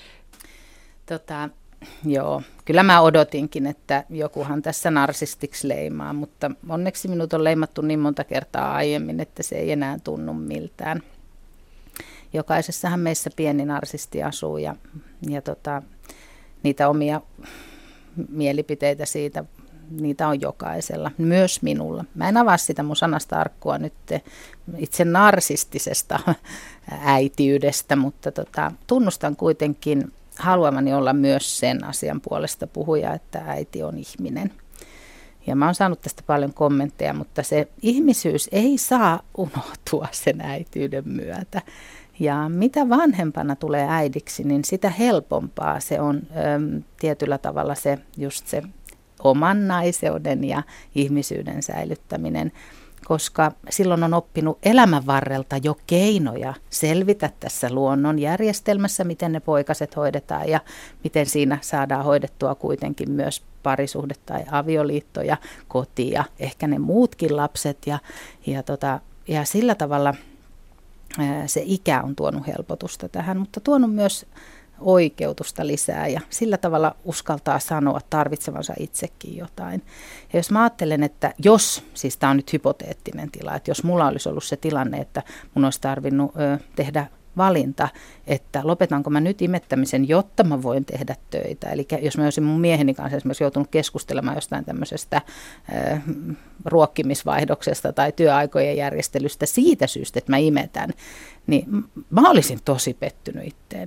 Joo, kyllä mä odotinkin, että jokuhan tässä narsistiksi leimaa, mutta onneksi minut on leimattu niin monta kertaa aiemmin, että se ei enää tunnu miltään. Jokaisessahan meissä pieni narsisti asuu ja niitä omia mielipiteitä siitä, niitä on jokaisella, myös minulla. Mä en avaa sitä mun sanasta arkkua nyt itse narsistisesta äitiydestä, mutta tunnustan kuitenkin haluamani olla myös sen asian puolesta puhuja, että äiti on ihminen. Ja mä oon saanut tästä paljon kommentteja, mutta se ihmisyys ei saa unohtua sen äitiyden myötä. Ja mitä vanhempana tulee äidiksi, niin sitä helpompaa se on tietyllä tavalla just se oman naiseuden ja ihmisyyden säilyttäminen, koska silloin on oppinut elämän varrelta jo keinoja selvitä tässä luonnon järjestelmässä, miten ne poikaset hoidetaan ja miten siinä saadaan hoidettua kuitenkin myös parisuhde tai avioliitto ja koti ja ehkä ne muutkin lapset ja sillä tavalla se ikä on tuonut helpotusta tähän, mutta tuonut myös oikeutusta lisää ja sillä tavalla uskaltaa sanoa tarvitsevansa itsekin jotain. Ja jos mä ajattelen, että siis tämä on nyt hypoteettinen tila, että jos mulla olisi ollut se tilanne, että mun olisi tarvinnut tehdä valinta, että lopetanko mä nyt imettämisen, jotta mä voin tehdä töitä. Eli jos mä olisin mun mieheni kanssa esimerkiksi joutunut keskustelemaan jostain tämmöisestä ruokkimisvaihdoksesta tai työaikojen järjestelystä siitä syystä, että mä imetän, niin mä olisin tosi pettynyt itteeni.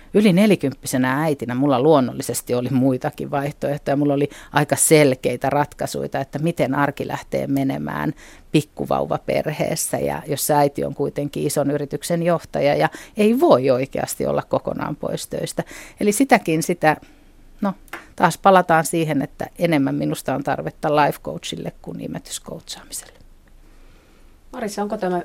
yli 40-vuotiaana äitinä mulla luonnollisesti oli muitakin vaihtoehtoja. Mulla oli aika selkeitä ratkaisuja, että miten arki lähtee menemään pikkuvauvaperheessä ja jos äiti on kuitenkin ison yrityksen johtaja ja ei voi oikeasti olla kokonaan pois töistä. Eli no taas palataan siihen, että enemmän minusta on tarvetta life coachille kuin imetyskoutsaamiselle. Marissa, onko tämä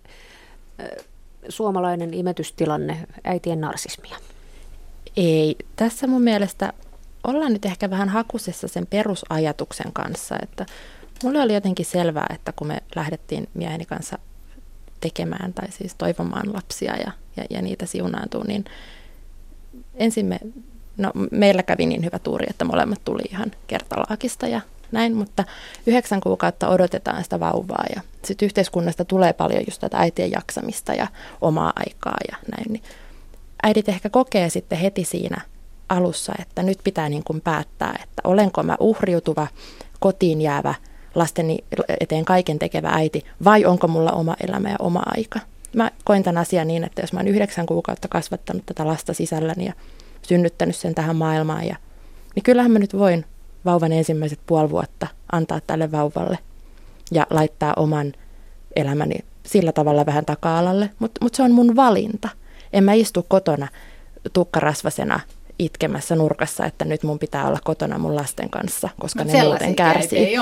suomalainen imetystilanne äitien narsismia? Ei. Tässä mun mielestä ollaan nyt ehkä vähän hakusessa sen perusajatuksen kanssa, että mulle oli jotenkin selvää, että kun me lähdettiin mieheni kanssa tekemään tai siis toivomaan lapsia ja niitä siunaantuu, niin ensin meillä kävi niin hyvä tuuri, että molemmat tuli ihan kertalaakista ja näin, mutta 9 kuukautta odotetaan sitä vauvaa ja sitten yhteiskunnasta tulee paljon just tätä äitien jaksamista ja omaa aikaa ja näin. Niin äidit ehkä kokee sitten heti siinä alussa, että nyt pitää niin kuin päättää, että olenko mä uhriutuva, kotiin jäävä, lasteni eteen kaiken tekevä äiti vai onko mulla oma elämä ja oma aika. Mä koin tämän asian niin, että jos mä oon 9 kuukautta kasvattanut tätä lasta sisälläni ja synnyttänyt sen tähän maailmaan, niin kyllähän mä nyt voin vauvan ensimmäiset 5 vuotta antaa tälle vauvalle ja laittaa oman elämäni sillä tavalla vähän taka-alalle, mutta se on mun valinta. En mä istu kotona tukkarasvasena itkemässä nurkassa, että nyt mun pitää olla kotona mun lasten kanssa, koska ne muuten kärsii.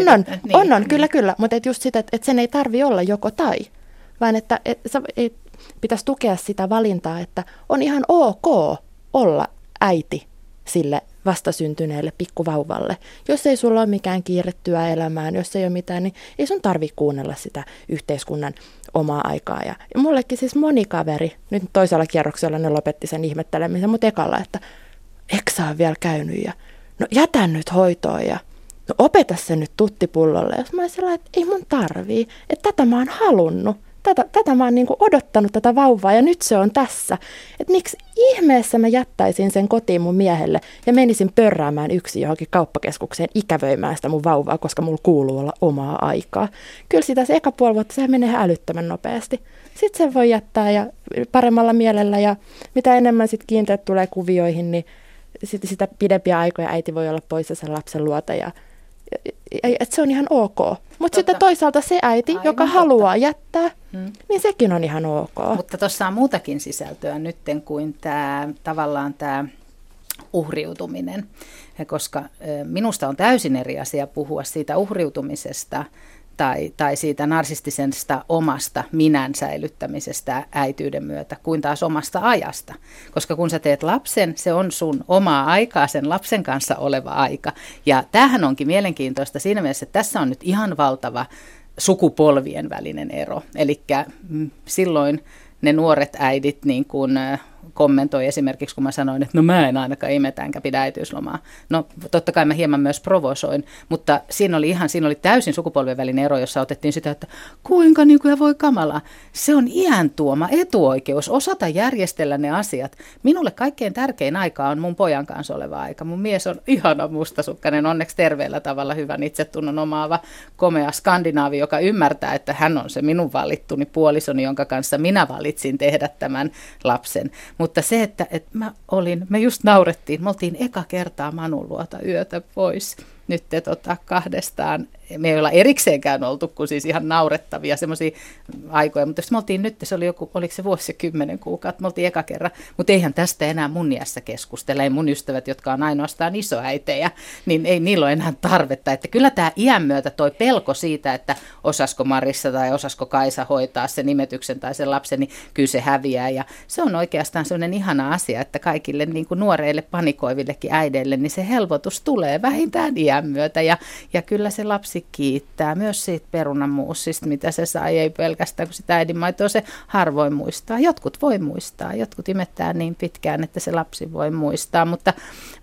On, kyllä, mutta just sitä, että sen ei tarvi olla joko tai, vaan että pitäisi tukea sitä valintaa, että on ihan ok olla äiti sille vastasyntyneelle pikkuvauvalle. Jos ei sulla ole mikään kiire työelämään, jos ei ole mitään, niin ei sun tarvitse kuunnella sitä yhteiskunnan omaa aikaa. Ja mullekin siis moni kaveri, nyt toisella kierroksella ne lopetti sen ihmettelemisen, mutta ekalla, että eikö sä ole vielä käynyt ja no jätä nyt hoitoon ja no opeta se nyt tuttipullolle. Ja mä olin sellainen, että ei mun tarvii, että tätä mä oon halunnut. Tätä mä oon niin kuin odottanut tätä vauvaa ja nyt se on tässä. Että miksi ihmeessä mä jättäisin sen kotiin mun miehelle ja menisin pörräämään yksin johonkin kauppakeskukseen ikävöimään sitä mun vauvaa, koska mulla kuuluu olla omaa aikaa. Kyllä sitä se eka 5 vuotta, sehän menee älyttömän nopeasti. Sitten sen voi jättää ja paremmalla mielellä ja mitä enemmän sit kiinteät tulee kuvioihin, niin sitä pidempiä aikoja äiti voi olla poissa sen lapsen luota ja että se on ihan ok. Mutta sitten toisaalta se äiti, joka haluaa jättää, niin sekin on ihan ok. Mutta tuossa on muutakin sisältöä nytten kuin tavallaan tämä uhriutuminen, koska minusta on täysin eri asia puhua siitä uhriutumisesta tai siitä narsistisesta omasta minän säilyttämisestä äityyden myötä kuin taas omasta ajasta. Koska kun sä teet lapsen, se on sun omaa aikaa, sen lapsen kanssa oleva aika. Ja tämähän onkin mielenkiintoista siinä mielessä, että tässä on nyt ihan valtava sukupolvien välinen ero. Eli silloin ne nuoret äidit niin kuin kommentoi esimerkiksi, kun mä sanoin, että no mä en ainakaan imetä enkä pidä äitiyslomaa. No totta kai mä hieman myös provosoin, mutta siinä oli täysin sukupolvien välinen ero, jossa otettiin sitä, että kuinka niin kuin voi kamalaa. Se on iän tuoma etuoikeus osata järjestellä ne asiat. Minulle kaikkein tärkein aika on mun pojan kanssa oleva aika. Mun mies on ihana mustasukkainen, onneksi terveellä tavalla hyvän itsetunnon omaava komea skandinaavi, joka ymmärtää, että hän on se minun valittuni puolisoni, jonka kanssa minä valitsin tehdä tämän lapsen. Mutta se, että me just naurettiin, me oltiin eka kertaa Manun luota yötä pois nyt kahdestaan. Me ei olla erikseenkään oltu, kun siis ihan naurettavia semmoisia aikoja, mutta me oltiin nyt, se oli oliko se vuosi ja 10 kuukautta, me oltiin eka kerran, mutta eihän tästä enää mun iässä keskustella, ei mun ystävät, jotka on ainoastaan isoäitejä, niin ei niillä ole enää tarvetta, että kyllä tämä iän myötä toi pelko siitä, että osasko Marissa tai osasko Kaisa hoitaa sen imetyksen tai sen lapsen, niin kyllä se häviää ja se on oikeastaan sellainen ihana asia, että kaikille niin kuin nuoreille panikoivillekin äideille, niin se helpotus tulee vähintään iän myötä ja kyllä se lapsi kiittää myös siitä perunamuusista, mitä se sai, ei pelkästään kun sitä äidinmaitoa se harvoin muistaa. Jotkut voi muistaa, jotkut imettää niin pitkään, että se lapsi voi muistaa, mutta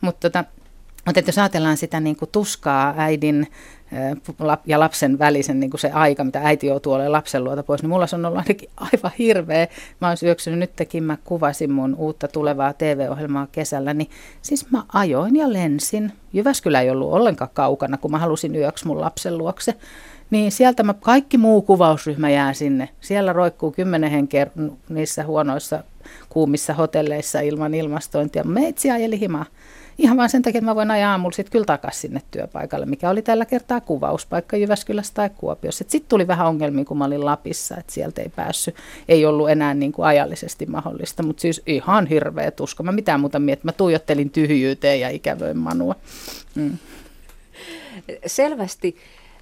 jos ajatellaan sitä niin kuin tuskaa äidin ja lapsen välisen niin kuin se aika, mitä äiti joutuu olemaan lapsen luota pois, niin mulla se on ollut ainakin aivan hirveä. Mä oon syöksynyt nytkin, mä kuvasin mun uutta tulevaa TV-ohjelmaa kesällä, niin siis mä ajoin ja lensin. Jyväskylä ei ollut ollenkaan kaukana, kun mä halusin yöksi mun lapsen luokse. Niin sieltä kaikki muu kuvausryhmä jää sinne. Siellä roikkuu 10 henkeä niissä huonoissa kuumissa hotelleissa ilman ilmastointia. Meitsi ajeli himaa. Ihan vaan sen takia, että mä voin ajaa aamulla sitten kyllä takaisin sinne työpaikalle, mikä oli tällä kertaa kuvauspaikka Jyväskylässä tai Kuopiossa. Sitten tuli vähän ongelmia, kun mä olin Lapissa, että sieltä ei päässyt, ei ollut enää niin kuin ajallisesti mahdollista, mutta siis ihan hirveä tuska. Mä mitään muuta mietin, mä tuijottelin tyhjyyteen ja ikävöin Manua. Selvästi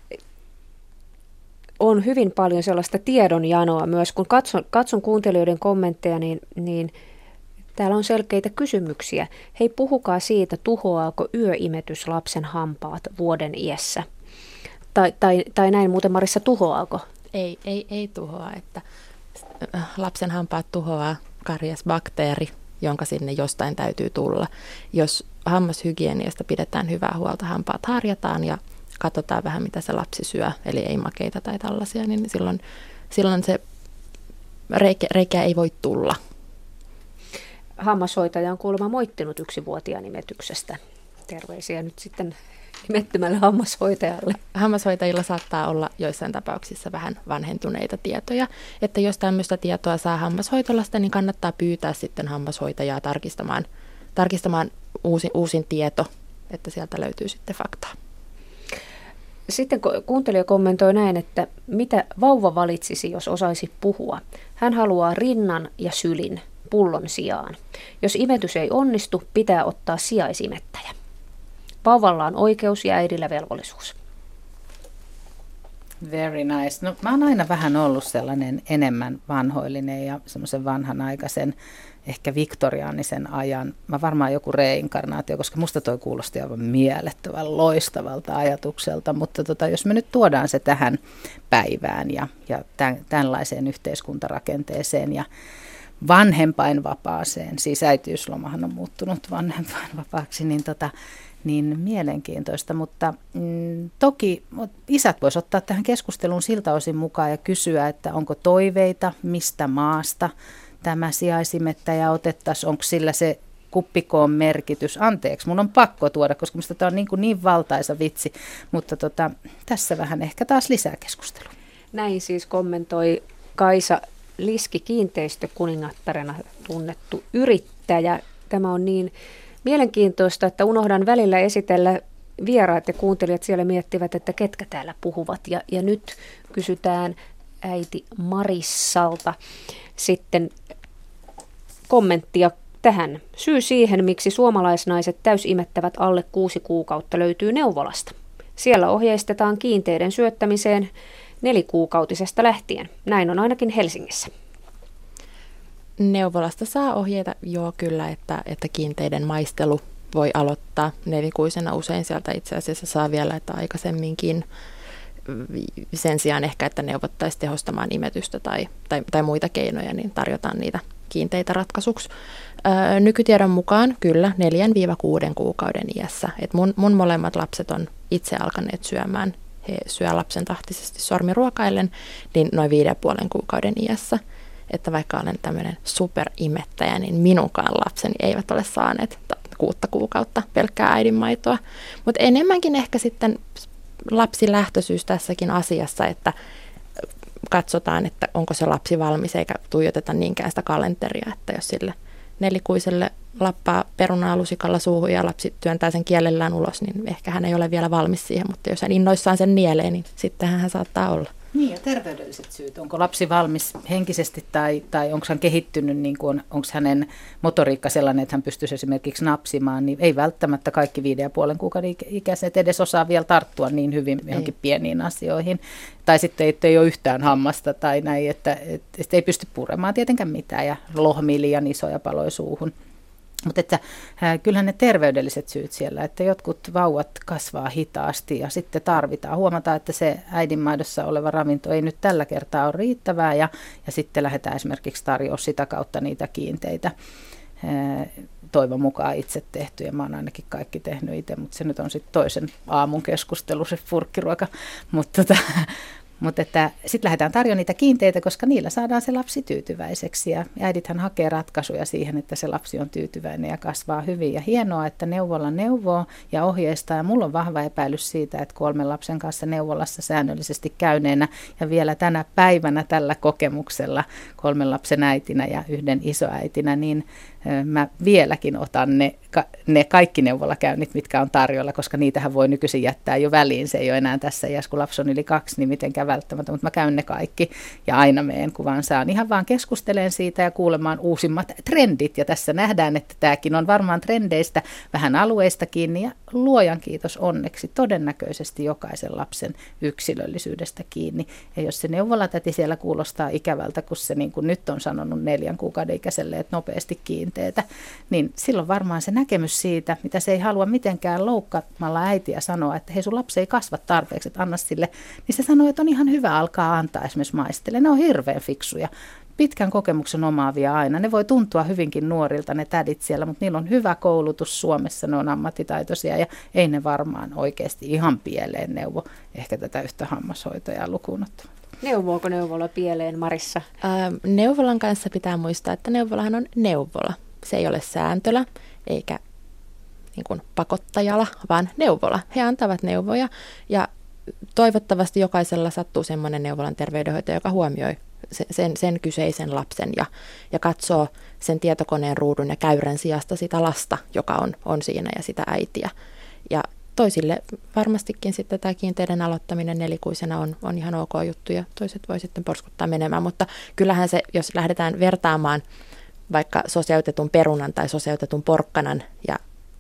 on hyvin paljon sellaista tiedonjanoa myös, kun katson kuuntelijoiden kommentteja, niin täällä on selkeitä kysymyksiä. Hei, puhukaa siitä, tuhoaako yöimetys lapsen hampaat vuoden iässä? Tai näin muuten, Marissa, tuhoaako? Ei tuhoa, että lapsen hampaat tuhoaa kariesbakteeri, jonka sinne jostain täytyy tulla. Jos hammashygieniasta pidetään hyvää huolta, hampaat harjataan ja katsotaan vähän, mitä se lapsi syö, eli ei makeita tai tällaisia, niin silloin se reikä ei voi tulla. Hammashoitaja on kuulemma moittinut 1-vuotiaan imetyksestä. Terveisiä nyt sitten nimettömälle hammashoitajalle. Hammashoitajilla saattaa olla joissain tapauksissa vähän vanhentuneita tietoja, että jos tämmöistä tietoa saa hammashoitolasta, niin kannattaa pyytää sitten hammashoitajaa tarkistamaan uusin tieto, että sieltä löytyy sitten faktaa. Sitten kuuntelija kommentoi näin, että mitä vauva valitsisi, jos osaisi puhua. Hän haluaa rinnan ja sylin pullon sijaan. Jos imetys ei onnistu, pitää ottaa sijaisimettäjä. Vauvalla on oikeus ja äidillä velvollisuus. Very nice. No, mä oon aina vähän ollut sellainen enemmän vanhoillinen ja semmoisen vanhanaikaisen, ehkä viktoriaanisen ajan. Mä varmaan joku reinkarnaatio, koska musta toi kuulosti aivan mielettömän loistavalta ajatukselta, mutta jos me nyt tuodaan se tähän päivään ja tämänlaiseen yhteiskuntarakenteeseen ja vanhempainvapaaseen, siis äitiyslomahan on muuttunut vanhempainvapaaksi, niin mielenkiintoista, mutta toki isät vois ottaa tähän keskusteluun siltä osin mukaan ja kysyä, että onko toiveita, mistä maasta tämä sijaisimettäjä otettaisiin, onko sillä se kuppikoon merkitys. Anteeksi, mun on pakko tuoda, koska minusta tämä on niin valtaisa vitsi, mutta tässä vähän ehkä taas lisää keskustelua. Näin siis kommentoi Kaisa Liski, kiinteistökuningattarena tunnettu yrittäjä. Tämä on niin mielenkiintoista, että unohdan välillä esitellä vieraat ja kuuntelijat siellä miettivät, että ketkä täällä puhuvat. Ja nyt kysytään äiti Marissalta sitten kommenttia tähän. Syy siihen, miksi suomalaisnaiset täysimettävät alle 6 kuukautta, löytyy neuvolasta. Siellä ohjeistetaan kiinteiden syöttämiseen 4-kuukautisesta lähtien. Näin on ainakin Helsingissä. Neuvolasta saa ohjeita, joo kyllä, että kiinteiden maistelu voi aloittaa 4-kuisena. Usein sieltä itse asiassa saa vielä, että aikaisemminkin sen sijaan ehkä, että neuvottaisiin tehostamaan imetystä tai muita keinoja, niin tarjotaan niitä kiinteitä ratkaisuksi. Nykytiedon mukaan kyllä 4-6 kuukauden iässä. Et mun molemmat lapset on itse alkaneet syömään. He syö lapsen tahtisesti sormiruokaillen, niin noin 5,5 kuukauden iässä. Että vaikka olen tämmöinen superimettäjä, niin minunkaan lapseni eivät ole saaneet 6 kuukautta pelkkää äidinmaitoa. Mutta enemmänkin ehkä sitten lapsilähtöisyys tässäkin asiassa, että katsotaan, että onko se lapsi valmis, eikä tuijoteta niinkään sitä kalenteria, että jos sille 4-kuiselle lappaa perunaa lusikalla suuhun ja lapsi työntää sen kielellään ulos, niin ehkä hän ei ole vielä valmis siihen, mutta jos hän innoissaan sen nielee, niin sittenhän hän saattaa olla. Niin, ja terveydelliset syyt. Onko lapsi valmis henkisesti tai onko hän kehittynyt, niin kuin onko hänen motoriikka sellainen, että hän pystyisi esimerkiksi napsimaan, niin ei välttämättä kaikki 5,5 kuukauden ikäiset edes osaa vielä tarttua niin hyvin johonkin pieniin asioihin. Tai sitten ei ole yhtään hammasta tai näin, että ei pysty puremaan tietenkään mitään ja lohmii liian isoja paloja suuhun. Mutta että kyllähän ne terveydelliset syyt siellä, että jotkut vauvat kasvaa hitaasti ja sitten huomataan, että se äidinmaidossa oleva ravinto ei nyt tällä kertaa ole riittävää ja sitten lähdetään esimerkiksi tarjoamaan sitä kautta niitä kiinteitä, toivon mukaan itse tehtyjä. Mä oon ainakin kaikki tehnyt itse, mutta se nyt on sitten toisen aamun keskustelu, se furkkiruoka. Mutta sitten lähdetään tarjoamaan niitä kiinteitä, koska niillä saadaan se lapsi tyytyväiseksi. Ja äidithän hakee ratkaisuja siihen, että se lapsi on tyytyväinen ja kasvaa hyvin. Ja hienoa, että neuvola neuvoo ja ohjeistaa. Ja mulla on vahva epäilys siitä, että 3 lapsen kanssa neuvolassa säännöllisesti käyneenä ja vielä tänä päivänä tällä kokemuksella 3 lapsen äitinä ja 1 isoäitinä, niin mä vieläkin otan ne kaikki neuvolakäynnit, mitkä on tarjolla, koska niitähän voi nykyisin jättää jo väliin. Se ei ole enää tässä iässä, kun lapsi on yli 2, niin mitenkään välttämättä, mutta mä käyn ne kaikki ja aina meen, kun vaan saan. Ihan vaan keskustelen siitä ja kuulemaan uusimmat trendit. Ja tässä nähdään, että tämäkin on varmaan trendeistä, vähän alueista kiinni ja luojan kiitos onneksi todennäköisesti jokaisen lapsen yksilöllisyydestä kiinni. Ja jos se neuvolatäti siellä kuulostaa ikävältä, kun se niin kuin nyt on sanonut 4 kuukauden ikäiselle, että nopeasti kiinteetä, niin silloin varmaan se näkemys siitä, mitä se ei halua mitenkään loukkaamalla äitiä sanoa, että hei, sun lapsi ei kasva tarpeeksi, että anna sille, niin se sanoo, että on ihan hyvä alkaa antaa esimerkiksi maistelle. Ne on hirveän fiksuja, pitkän kokemuksen omaavia aina. Ne voi tuntua hyvinkin nuorilta ne tädit siellä, mutta niillä on hyvä koulutus Suomessa, ne on ammattitaitoisia ja ei ne varmaan oikeasti ihan pieleen neuvo ehkä tätä yhtä hammashoitajaa lukuun ottamatta. Neuvooko neuvola pieleen, Marissa? Neuvolan kanssa pitää muistaa, että neuvolahan on neuvola. Se ei ole sääntölä eikä niin kuin pakottajala, vaan neuvola. He antavat neuvoja ja toivottavasti jokaisella sattuu semmoinen neuvolan terveydenhoitaja, joka huomioi sen kyseisen lapsen ja katsoo sen tietokoneen ruudun ja käyrän sijasta sitä lasta, joka on siinä ja sitä äitiä. Ja toisille varmastikin sitten tämä kiinteiden aloittaminen 4-kuisena on ihan ok juttu ja toiset voi sitten porskuttaa menemään, mutta kyllähän se, jos lähdetään vertaamaan vaikka sosiautetun perunan tai sosiautetun porkkanan ja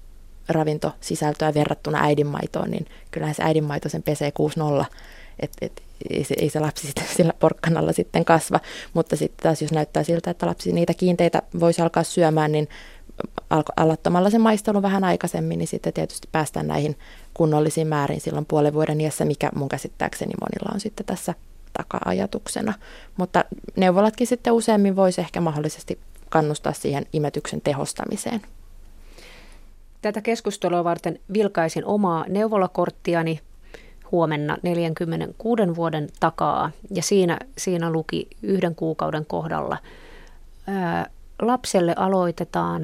ravintosisältöä verrattuna äidinmaitoon, niin kyllähän se äidinmaito sen pesee 6-0, että ei se lapsi sillä porkkanalla sitten kasva, mutta sitten taas jos näyttää siltä, että lapsi niitä kiinteitä voisi alkaa syömään, niin aloittamalla sen maistelun vähän aikaisemmin, niin sitten tietysti päästään näihin kunnollisiin määriin silloin 0,5 vuoden iässä, mikä mun käsittääkseni monilla on sitten tässä taka-ajatuksena. Mutta neuvolatkin sitten useammin voisi ehkä mahdollisesti kannustaa siihen imetyksen tehostamiseen. Tätä keskustelua varten vilkaisin omaa neuvolakorttiani huomenna 46 vuoden takaa ja siinä luki 1 kuukauden kohdalla. Lapselle aloitetaan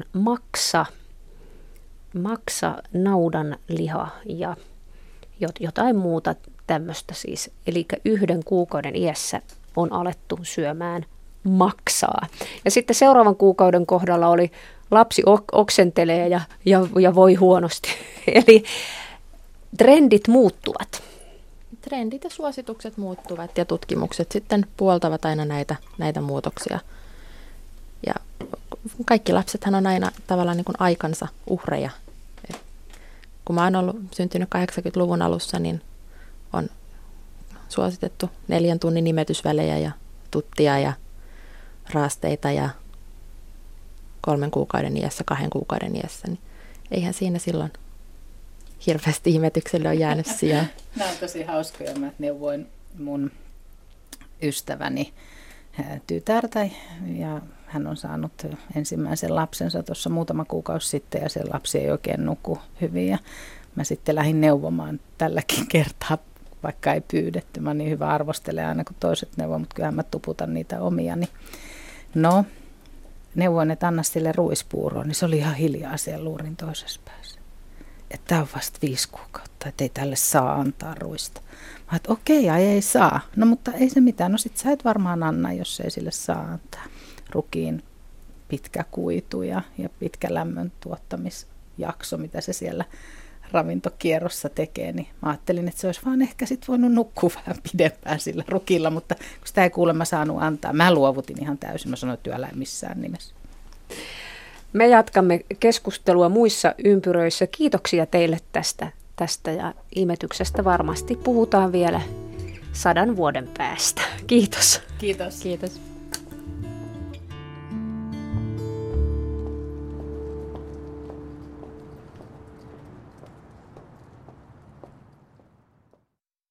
maksa naudanliha ja jotain muuta tämmöistä siis. Eli 1 kuukauden iässä on alettu syömään maksaa. Ja sitten seuraavan kuukauden kohdalla oli lapsi oksentelee ja voi huonosti. Eli trendit muuttuvat. Trendit ja suositukset muuttuvat ja tutkimukset sitten puoltavat aina näitä muutoksia. Ja kaikki lapsethan on aina tavallaan niin kuin aikansa uhreja. Kun mä oon syntynyt 80-luvun alussa, niin on suositettu 4 tunnin imetysvälejä ja tuttia ja raasteita ja 3 kuukauden iässä, 2 kuukauden iässä. Niin eihän siinä silloin hirveästi imetykselle ole jäänyt sijaan. Nämä on tosi hauskoja. Mä neuvoin mun ystäväni tytärtä ja hän on saanut ensimmäisen lapsensa tuossa muutama kuukausi sitten ja se lapsi ei oikein nuku hyvin ja mä sitten lähdin neuvomaan tälläkin kertaa, vaikka ei pyydetty. Mä niin hyvä arvostelemaan aina kun toiset neuvoo, mutta kyllähän mä tuputan niitä omiani. No, neuvoin, että anna sille ruispuuroon, niin se oli ihan hiljaa siellä luurin toisessa päässä. Että tämä on vasta 5 kuukautta, että ei tälle saa antaa ruista. Mä että okei, ei saa. No mutta ei se mitään. No sit sä et varmaan anna, jos ei sille saa antaa. Rukiin pitkä kuitu ja pitkä lämmön tuottamisjakso, mitä se siellä ravintokierrossa tekee. Niin mä ajattelin, että se olisi vaan ehkä sit voinut nukkua vähän pidempään sillä rukilla, mutta kun sitä ei kuulemma saanut antaa. Mä luovutin ihan täysin. Mä sanoin, että älä missään nimessä. Me jatkamme keskustelua muissa ympyröissä. Kiitoksia teille tästä ja imetyksestä varmasti puhutaan vielä 100 vuoden päästä. Kiitos. Kiitos. Kiitos.